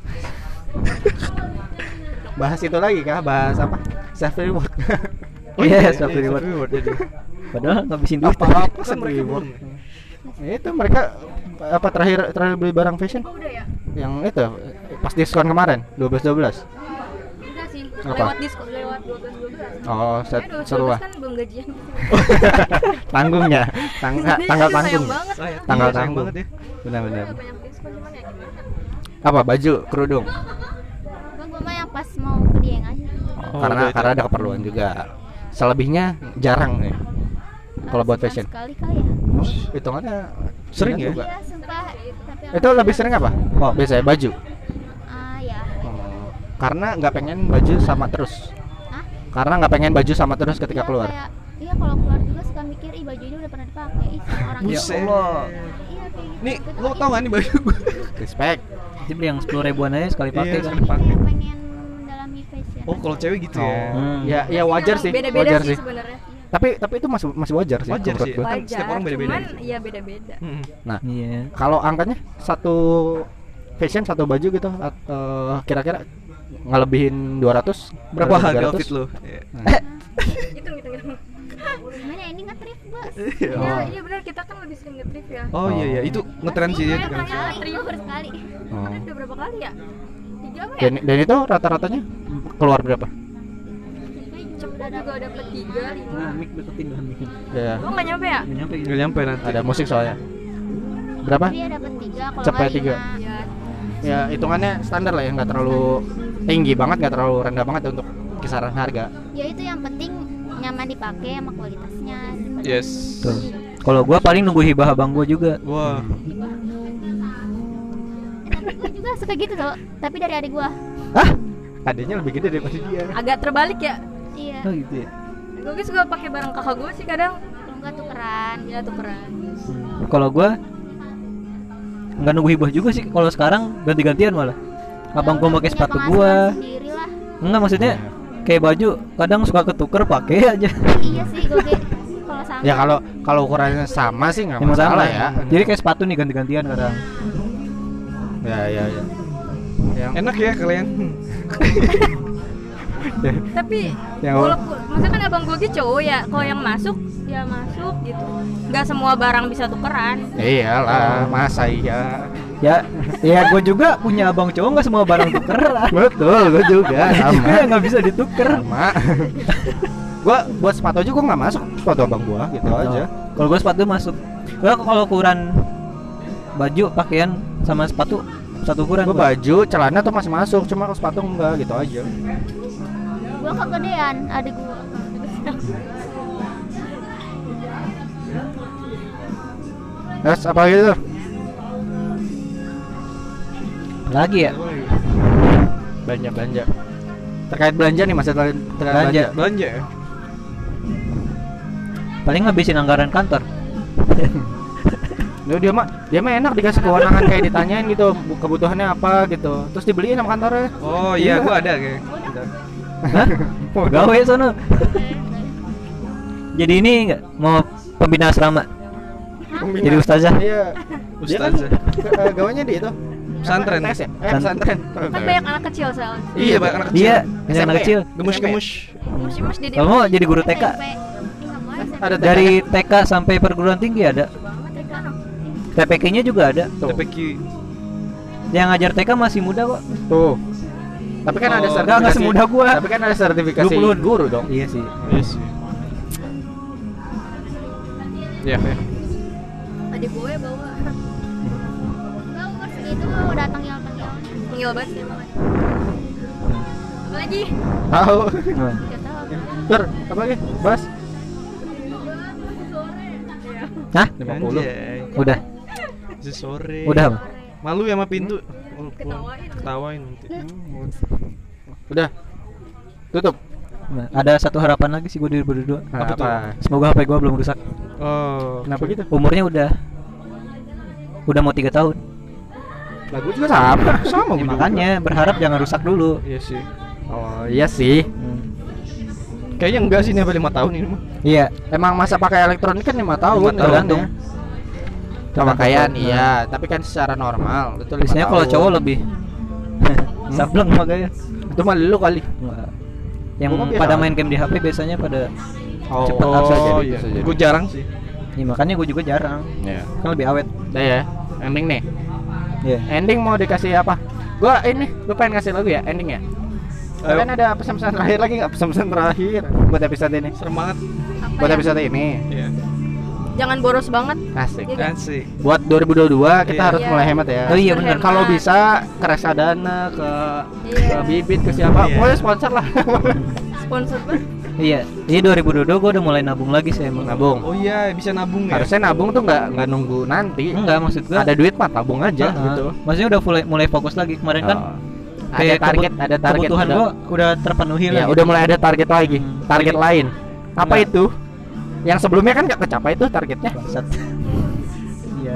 Bahas itu lagi kah? Bahas apa? Self reward. Iya, iya, self iya, reward. self-reward jadi. Padahal ngabisin duit. Apa-apa Kan self mereka reward. belum. Itu mereka apa terakhir terakhir beli barang fashion? Oh, udah ya? Yang itu pas diskon kemarin dua belas dua belas. Udah sih. Apa? Lewat diskon lewat dua belas dua belas. Oh, set, Eh, seru lah. kan belum gajian. Tanggungnya. Tang Sebenarnya tanggal sih sayang tanggung. banget. Sayang, Tanggal iya, sayang tanggung. banget ya. Benar-benar. Iya, banyak diskon cuman ya gimana? Apa baju, kerudung? Gue gue mah yang pas mau ke Dieng aja. Oh, karena udah itu. karena ada keperluan juga. Selebihnya jarang nih. Kalau buat Sebulan fashion. sekali kali ya. Hitungannya Sering ini ya? juga. Iya sumpah. Tapi Itu lebih sering apa? Oh, biasanya baju. Ah ya. Oh, karena nggak pengen baju sama terus. Hah? Karena nggak pengen baju sama terus ketika Iya, keluar. kayak- Iya kalau keluar juga suka mikir ih baju ini udah pernah dipakai ih sama orang Buset. itu. Allah. Iya kayak gitu. Nih, Gua tuh lo kayak, tau gak nih baju gue? Respect. Jadi beli yang sepuluh ribuan aja sekali pakai Iya, kan. sekali pakai. "Iya, pengen mendalami fashion. Oh, kalau cewek gitu ya. Hmm. Ya, ya wajar sih. Beda-beda Wajar sih sih. sebenarnya. Tapi tapi itu masih masih wajar sih. Wajar menurut sih. gua. Kan Wajar. setiap orang beda-beda Cuman gitu. ya beda-beda. Hmm. Nah, Iya. kalau angkanya satu fashion satu baju gitu atau kira-kira ngelebihin dua ratus Berapa harga tiga ratus? outfit lo? Iya. Hitung hitung hitung. Gimana ini nge-thrift bos? Ya, Oh. iya benar kita kan lebih sering nge-thrift ya. Oh iya iya, itu ngetren sih ya. Iya, ngetren. iya. Sekali, gue baru sekali. Oh. Kemarin udah berapa kali ya? Tiga apa ya? Dan, dan itu rata-ratanya keluar berapa? Cepet juga dapet tiga, lima. mic deketin lah mic. Ya, Oh nggak nyampe ya? Nggak nyampe gitu. Nggak nyampe nanti. ada musik soalnya. Berapa? Dia dapat tiga kalau Cepet nggak tiga. lima. Iya. Ya hitungannya standar lah ya, nggak terlalu tinggi banget, nggak terlalu rendah banget untuk kisaran harga. Ya itu yang penting nyaman dipakai sama kualitasnya. Yes. Tuh. Kalau gua paling nunggu hibah abang gua juga. Wah. Eh, tapi gue juga suka gitu tuh. Tapi dari adik gua. Hah? Adanya lebih gede daripada dia. Agak terbalik ya. Iya. Oh gitu ya. Gue suka pakai barang kakak gue sih kadang. Kalau nggak tukeran. Ya tukeran. Kalau gua nggak nunggu hibah juga sih. Kalau sekarang ganti-gantian malah. Abang gua pakai Punya sepatu penghasilan gua. Sendiri lah. Enggak maksudnya kayak baju kadang suka ketuker pakai aja. Iya sih gue kayak kalau sama. Ya kalau kalau ukurannya sama sih nggak Emang masalah sama ya. Jadi kayak sepatu nih ganti-gantian kadang. Ya ya ya. Yang Enak ya kalian. Tapi Yang walaupun maksudnya kan abang gue gitu cowok ya, kalau yang masuk ya masuk gitu. Nggak semua barang bisa tukeran. Iyalah, masa iya. Ya, ya gue juga punya abang cowok nggak semua barang tukeran. Betul, gue juga Juga sama. nggak bisa ditukar. Sama. Gua buat sepatu aja gua nggak masuk sepatu abang gua gitu aja. Kalau gue sepatu masuk. Gue kalau ukuran baju, pakaian sama sepatu satu ukuran. Gua gua. baju, celana tuh masih masuk, cuma kalau sepatu enggak gitu aja. Gua kegedean adik gua. Terus apa gitu? Lagi ya? Belanja belanja. Terkait belanja nih masa terkait Belanja. belanja. Belanja ya. Paling ngabisin anggaran kantor. Duh, dia mah dia mah enak dikasih kewenangan kayak ditanyain gitu bu- kebutuhannya apa gitu. Terus dibeliin sama kantornya. Oh iya, gua ada kayak. Gawe sono. Jadi ini nggak mau pembina asrama. Pembina. Jadi ustazah. Iya. Dia kan Ustazah. ke- eh, gawanya di itu. Pesantren. Apa, T S ya? Eh, Pesantren. pesantren. Kan banyak anak kecil soalnya. Iya, banyak anak kecil. Dia S M yang anak P kecil. ya? Gemus-gemus. Mus-mus di Kamu mau jadi guru T K? Ada Dari T K sampai perguruan tinggi ada. T P K-nya juga ada. Tuh. T P Q. Yang ngajar T K masih muda kok. Tuh. Tapi kan Oh, ada enggak, sertifikasi. enggak semudah gua. Tapi kan ada sertifikasi dua puluh guru dong. Iya sih. Iya sih. Iya, ya. Adik gue bawa Enggak umur segitu mah udah tengil-tengil. tinggal banget sih banget. Apa lagi? Tahu. Nah, Enggak tahu. Ter, apa lagi? Bas. Hah? lima puluh. Anjay. Udah. Masih sore. Udah apa? Malu ya sama pintu. Oh, Ketawain. Ketawain nanti. Udah. Tutup. Nah, ada satu harapan lagi sih gue berdua. Apa, tuh? Semoga H P gue belum rusak. Oh. Kenapa gitu? Umurnya udah udah mau tiga tahun. Lagu juga sama. Sama Ya, gua juga. makanya berharap jangan rusak dulu. Iya sih. Oh, iya sih. Hmm. Kayaknya enggak sih, ini apa lima tahun ini mah. Iya. Emang masa pakai elektronik kan lima tahun. Lima tahun. tergantung. Pemakaian Tergantung. iya, tapi kan secara normal itu lima Biasanya kalau tahun. cowok lebih sableng makanya. Itu mah lu kali. Enggak. Yang Gua mah biasa pada aja. main game di H P biasanya pada Oh, Cepet Oh, bisa jadi, iya. bisa jadi. Gue jarang sih. ya, makanya gue juga jarang. Ya. Kan lebih awet. Udah ya. Ending nih. Iya. Ending mau dikasih apa? Gua ini, gua pengen ngasih lagu ya, ending ya. Ayo. Kalian ada pesan-pesan terakhir lagi nggak? Pesan-pesan terakhir buat episode ini. Serem banget. Apa Buat ya? episode ini. Iya. Jangan boros banget. Asik. Iya. Kan sih. Buat dua ribu dua puluh dua kita Iya. harus Iya. mulai hemat ya. Oh iya, bener. Kalau bisa ke reksadana, ke Iya. ke bibit, ke siapa? Iya. Pokoknya sponsor lah. Sponsor banget. Iya. Jadi dua ribu dua puluh dua gue udah mulai nabung lagi sih emang. Nabung. Oh iya, bisa nabung ya. Harusnya nabung tuh nggak nggak nunggu nanti. Enggak, maksud gue Ada duit mah tabung aja Heeh. gitu. Maksudnya udah mulai mulai fokus lagi. Kemarin kan Oh. ada kayak target, kebut- ada target. kebutuhan udah- gue udah terpenuhi Iya, lagi. udah mulai ada target lagi. Hmm. Target Jadi- lain. Apa Enggak. itu? Yang sebelumnya kan nggak kecapai tuh targetnya. Bangsat. Iya.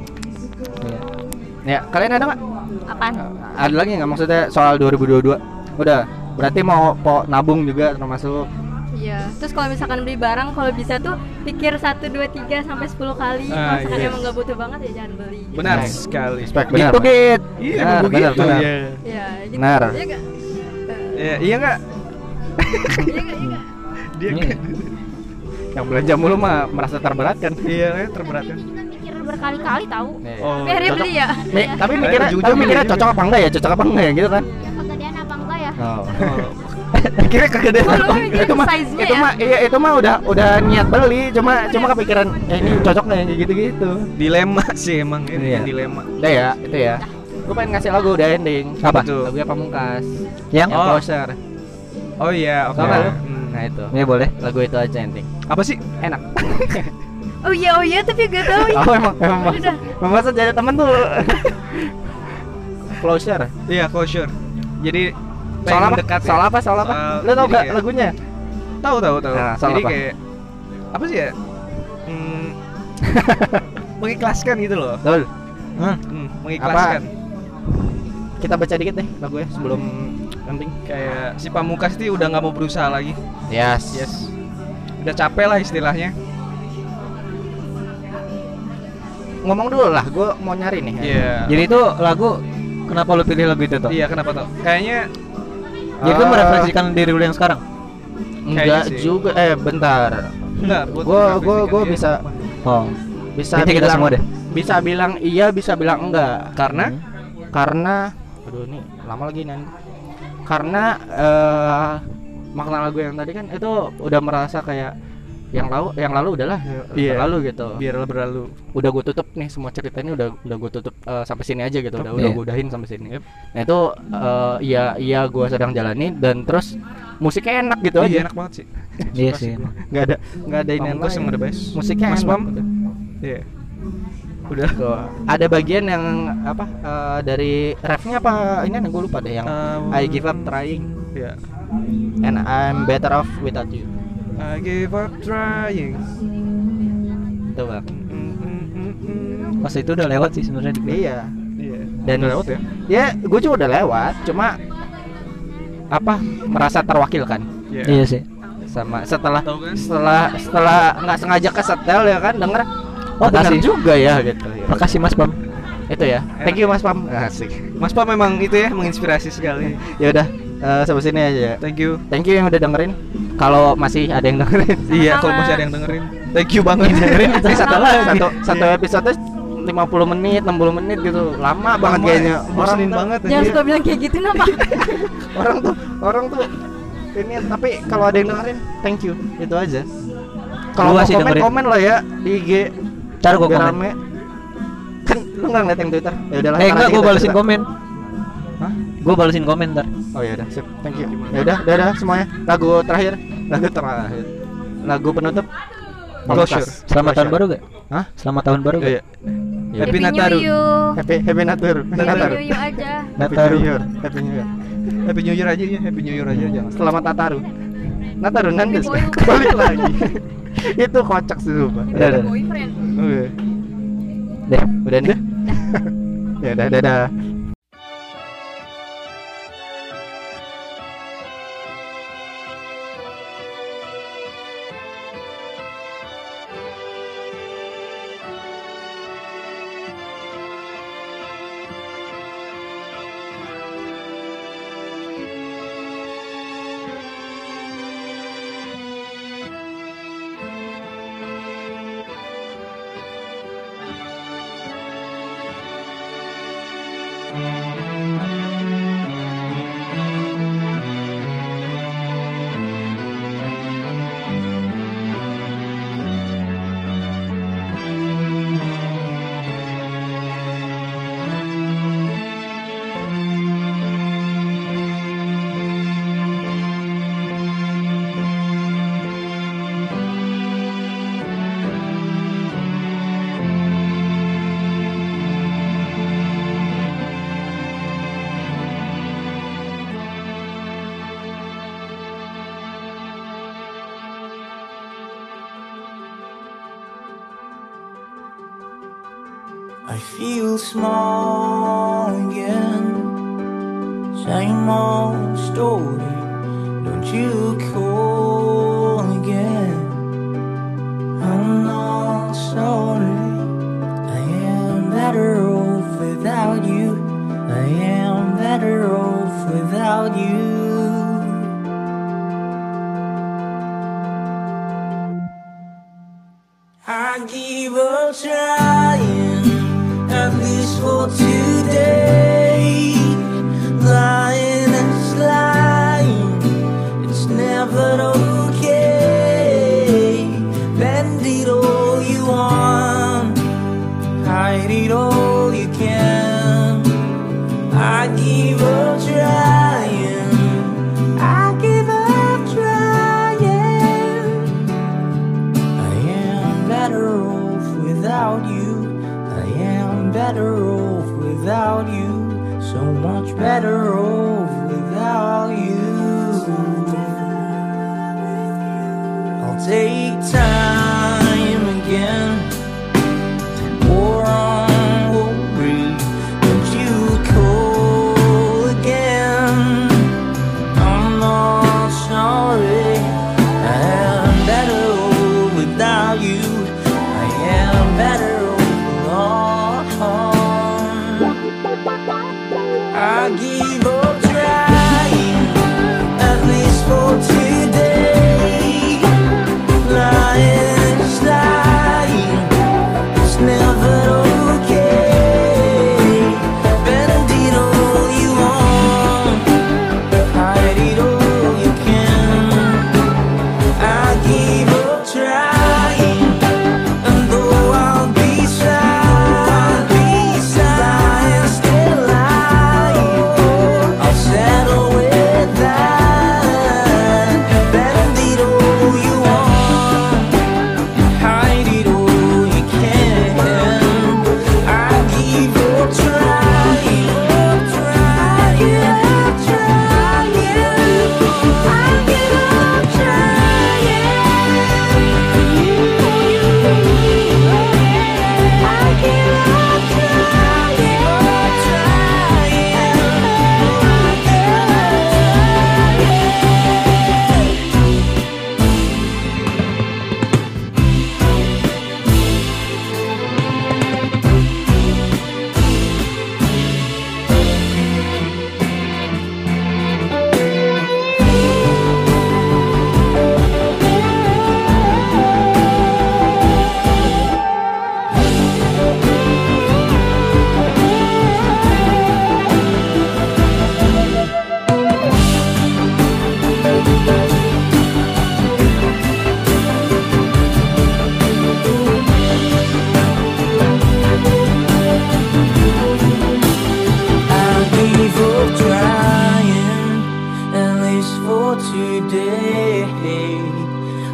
Iya. Ya, kalian ada nggak? Apaan? Ada lagi nggak maksudnya soal dua ribu dua puluh dua? Udah, berarti mau po nabung juga termasuk. Iya. Terus kalau misalkan beli barang, kalau bisa tuh pikir satu, dua, tiga sampai sepuluh kali. Ah, Kalau misalkan yes. emang nggak butuh banget ya jangan beli. Gitu. Benar Nice. sekali. Respect, Gitu, benar. Git. Iya, Benar, emang benar, begitu. benar. Iya. Iya. Gitu. Benar. Iya nggak? Iya, iya enggak? Iya nggak? Iya nggak? Dia Iya. Yang belanja mulu mah merasa terberatkan. Iya, kan terberat kan. Kita mikir berkali-kali tahu. Oh, Tapi akhirnya cocok. beli ya. Nih, tapi mikirnya, Ujung-ujung tapi mikirnya beli cocok apa enggak ya? Cocok apa enggak ya gitu kan? Ya kegedean apa enggak ya? Oh. Oh. Mikirnya kegedean Oh, lu apa? mikirin Itu mah size-nya itu ya? mah iya itu mah udah udah niat beli, cuma cuma kepikiran eh, ini cocok nggak yang kayak gitu-gitu. Dilema sih emang ini Iya. dilema. Udah ya, itu ya. Gue pengen ngasih lagu udah ending. Apa tuh? Lagunya Pamungkas. Yang Yang Oh. Closer. Oh iya, oke. Tau nggak lu? Hmm. Nah itu. Ya boleh. Lagu itu aja ending. Apa sih? Enak. Oh iya, oh iya, tapi gak tahu ya. Oh emang emang Udah. masa jadi temen tuh. Closer. Iya, closure. Jadi Soal pengen apa? dekat ya. Soal apa? Soal apa? Soal- Lu tau jadi gak kayak- lagunya? Tahu tahu tahu. Nah, soal Jadi apa? kayak apa sih ya? Hmm, mengikhlaskan gitu loh. Betul. Hmm. Hmm, mengikhlaskan. Kita baca dikit deh lagunya sebelum ending. Kayak si Pamungkas itu udah nggak mau berusaha lagi. Yes. Yes. Udah capek lah istilahnya. Ngomong dulu lah, gue mau nyari nih. Iya. Jadi itu lagu kenapa lu pilih lagu itu tuh? Iya, kenapa tuh? Kayaknya Jadi lu Ah. merefleksikan diri lu yang sekarang. Enggak Kayaknya sih. juga, eh bentar. Enggak, buat Gua gua merefleksikan gua dia. bisa Oh. bisa Ini kita bilang semua deh. bisa bilang iya, bisa bilang enggak. Karena Hmm. Karena aduh ini lama lagi nih. Karena eh makna lagu yang tadi kan itu udah merasa kayak yang lalu yang lalu udahlah Iya. udah lalu gitu. biarlah berlalu. Udah gue tutup nih semua cerita ini, udah udah gue tutup eh, sampai sini aja gitu, udah Iya. udah gue udahin sampai sini. Nah itu eh, iya iya gue sedang jalani, dan terus musiknya enak gitu Iya, aja. enak banget sih. Iya Suka sih. gua. Nggak ada nggak ada ini Pamungkas yang the best. Musiknya Mas enak. Pam? gitu. Iya. Udah. Tuh, ada bagian yang apa eh, dari refnya apa ini gue lupa deh yang Um, I give up trying Iya. and I'm better off without you. I give up trying. Itu bang. Mm, mm, mm, mm. Pas itu udah lewat sih sebenarnya. Iya. Iya. Dan Udah lewat ya? Ya, gue juga udah lewat, cuma apa merasa terwakilkan Iya. Iya sih. sama setelah Tahu kan? setelah setelah nggak sengaja kesetel ya kan, denger oh benar Makasih. juga ya gitu. Ya. Makasih Mas Pam. Itu ya. Thank you Mas Pam. Asik. Mas Pam memang itu ya menginspirasi sekali. Ya udah, eh, sampai sini aja ya. Thank you. Thank you yang udah dengerin. Kalau masih ada yang dengerin. Iya, kalau Sama. masih ada yang dengerin. Thank you banget. dengerin ini satu Sama. satu satu episode lima puluh menit, enam puluh menit gitu. Lama banget Lama, kayaknya. bosenin tuh- banget. Jangan suka bilang kayak gitu napa? Orang tuh orang tuh ini, tapi kalau ada yang dengerin, thank you. Itu aja. Kalau Lu mau masih komen dengerin. komen lah ya di I G. Ntar gua Biar komen. rame. Kan lu enggak ngeliat yang Twitter. Ya udahlah. Eh ntar enggak, aja gua kita balesin cerita. komen. Hah? Gua balesin komen ntar. Oh ya udah, sip. Thank you. Ya udah, dadah semuanya. Lagu terakhir, lagu terakhir. Lagu penutup. Closure. Selamat tahun baru gak? Hah? Selamat tahun baru gak? Iya. Ya Happy New Nataru. You. Happy Happy Natur. Happy Nataru. New You aja. Happy Nataru. New Year. Happy New Year. Happy New Year aja ya, Happy New Year aja jangan. Selamat Nataru. Nataru Nandes. boy. Balik lagi. Itu kocak sih sumpah. Udah, udah. Boyfriend. Oke. Deh. Udah nih. Ya udah, dadah. I feel small again. Same old story. Don't you call again? I'm not sorry. I am better off without you. I am better off without you. I give up trying, at least for today. Lying and lying, it's never okay. Bend it all you want, hide it all you can. I give up trying, I give up trying. I am better off without you. I am better off without you. So much better off without you.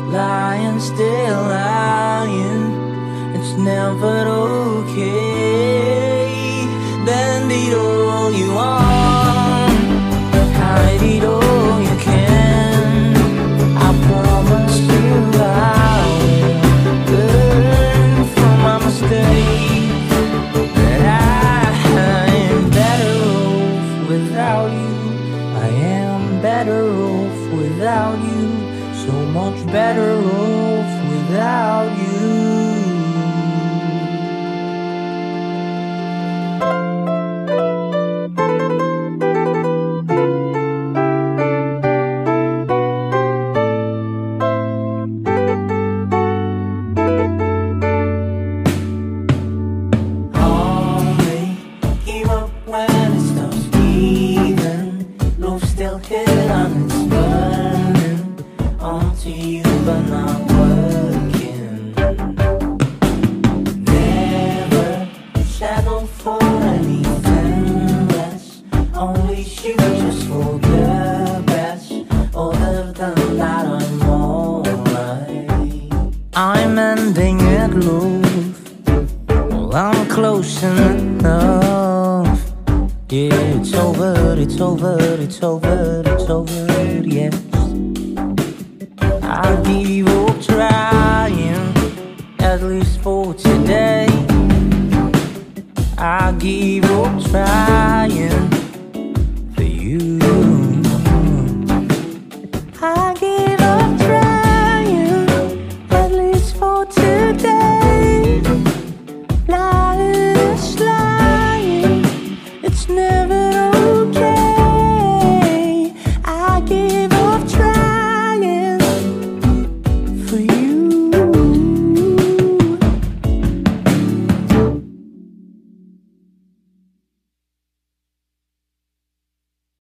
lying still, lying. It's never okay. Bend it all you want, hide it all you can. I promise you I will learn from my mistakes, that I am better off without you. I am better off without you, so much better off without you. I'm ending it loose. Well, I'm close enough. Yeah, it's over, it's over, it's over, it's over, yes. I give up trying, at least for today. I give up trying.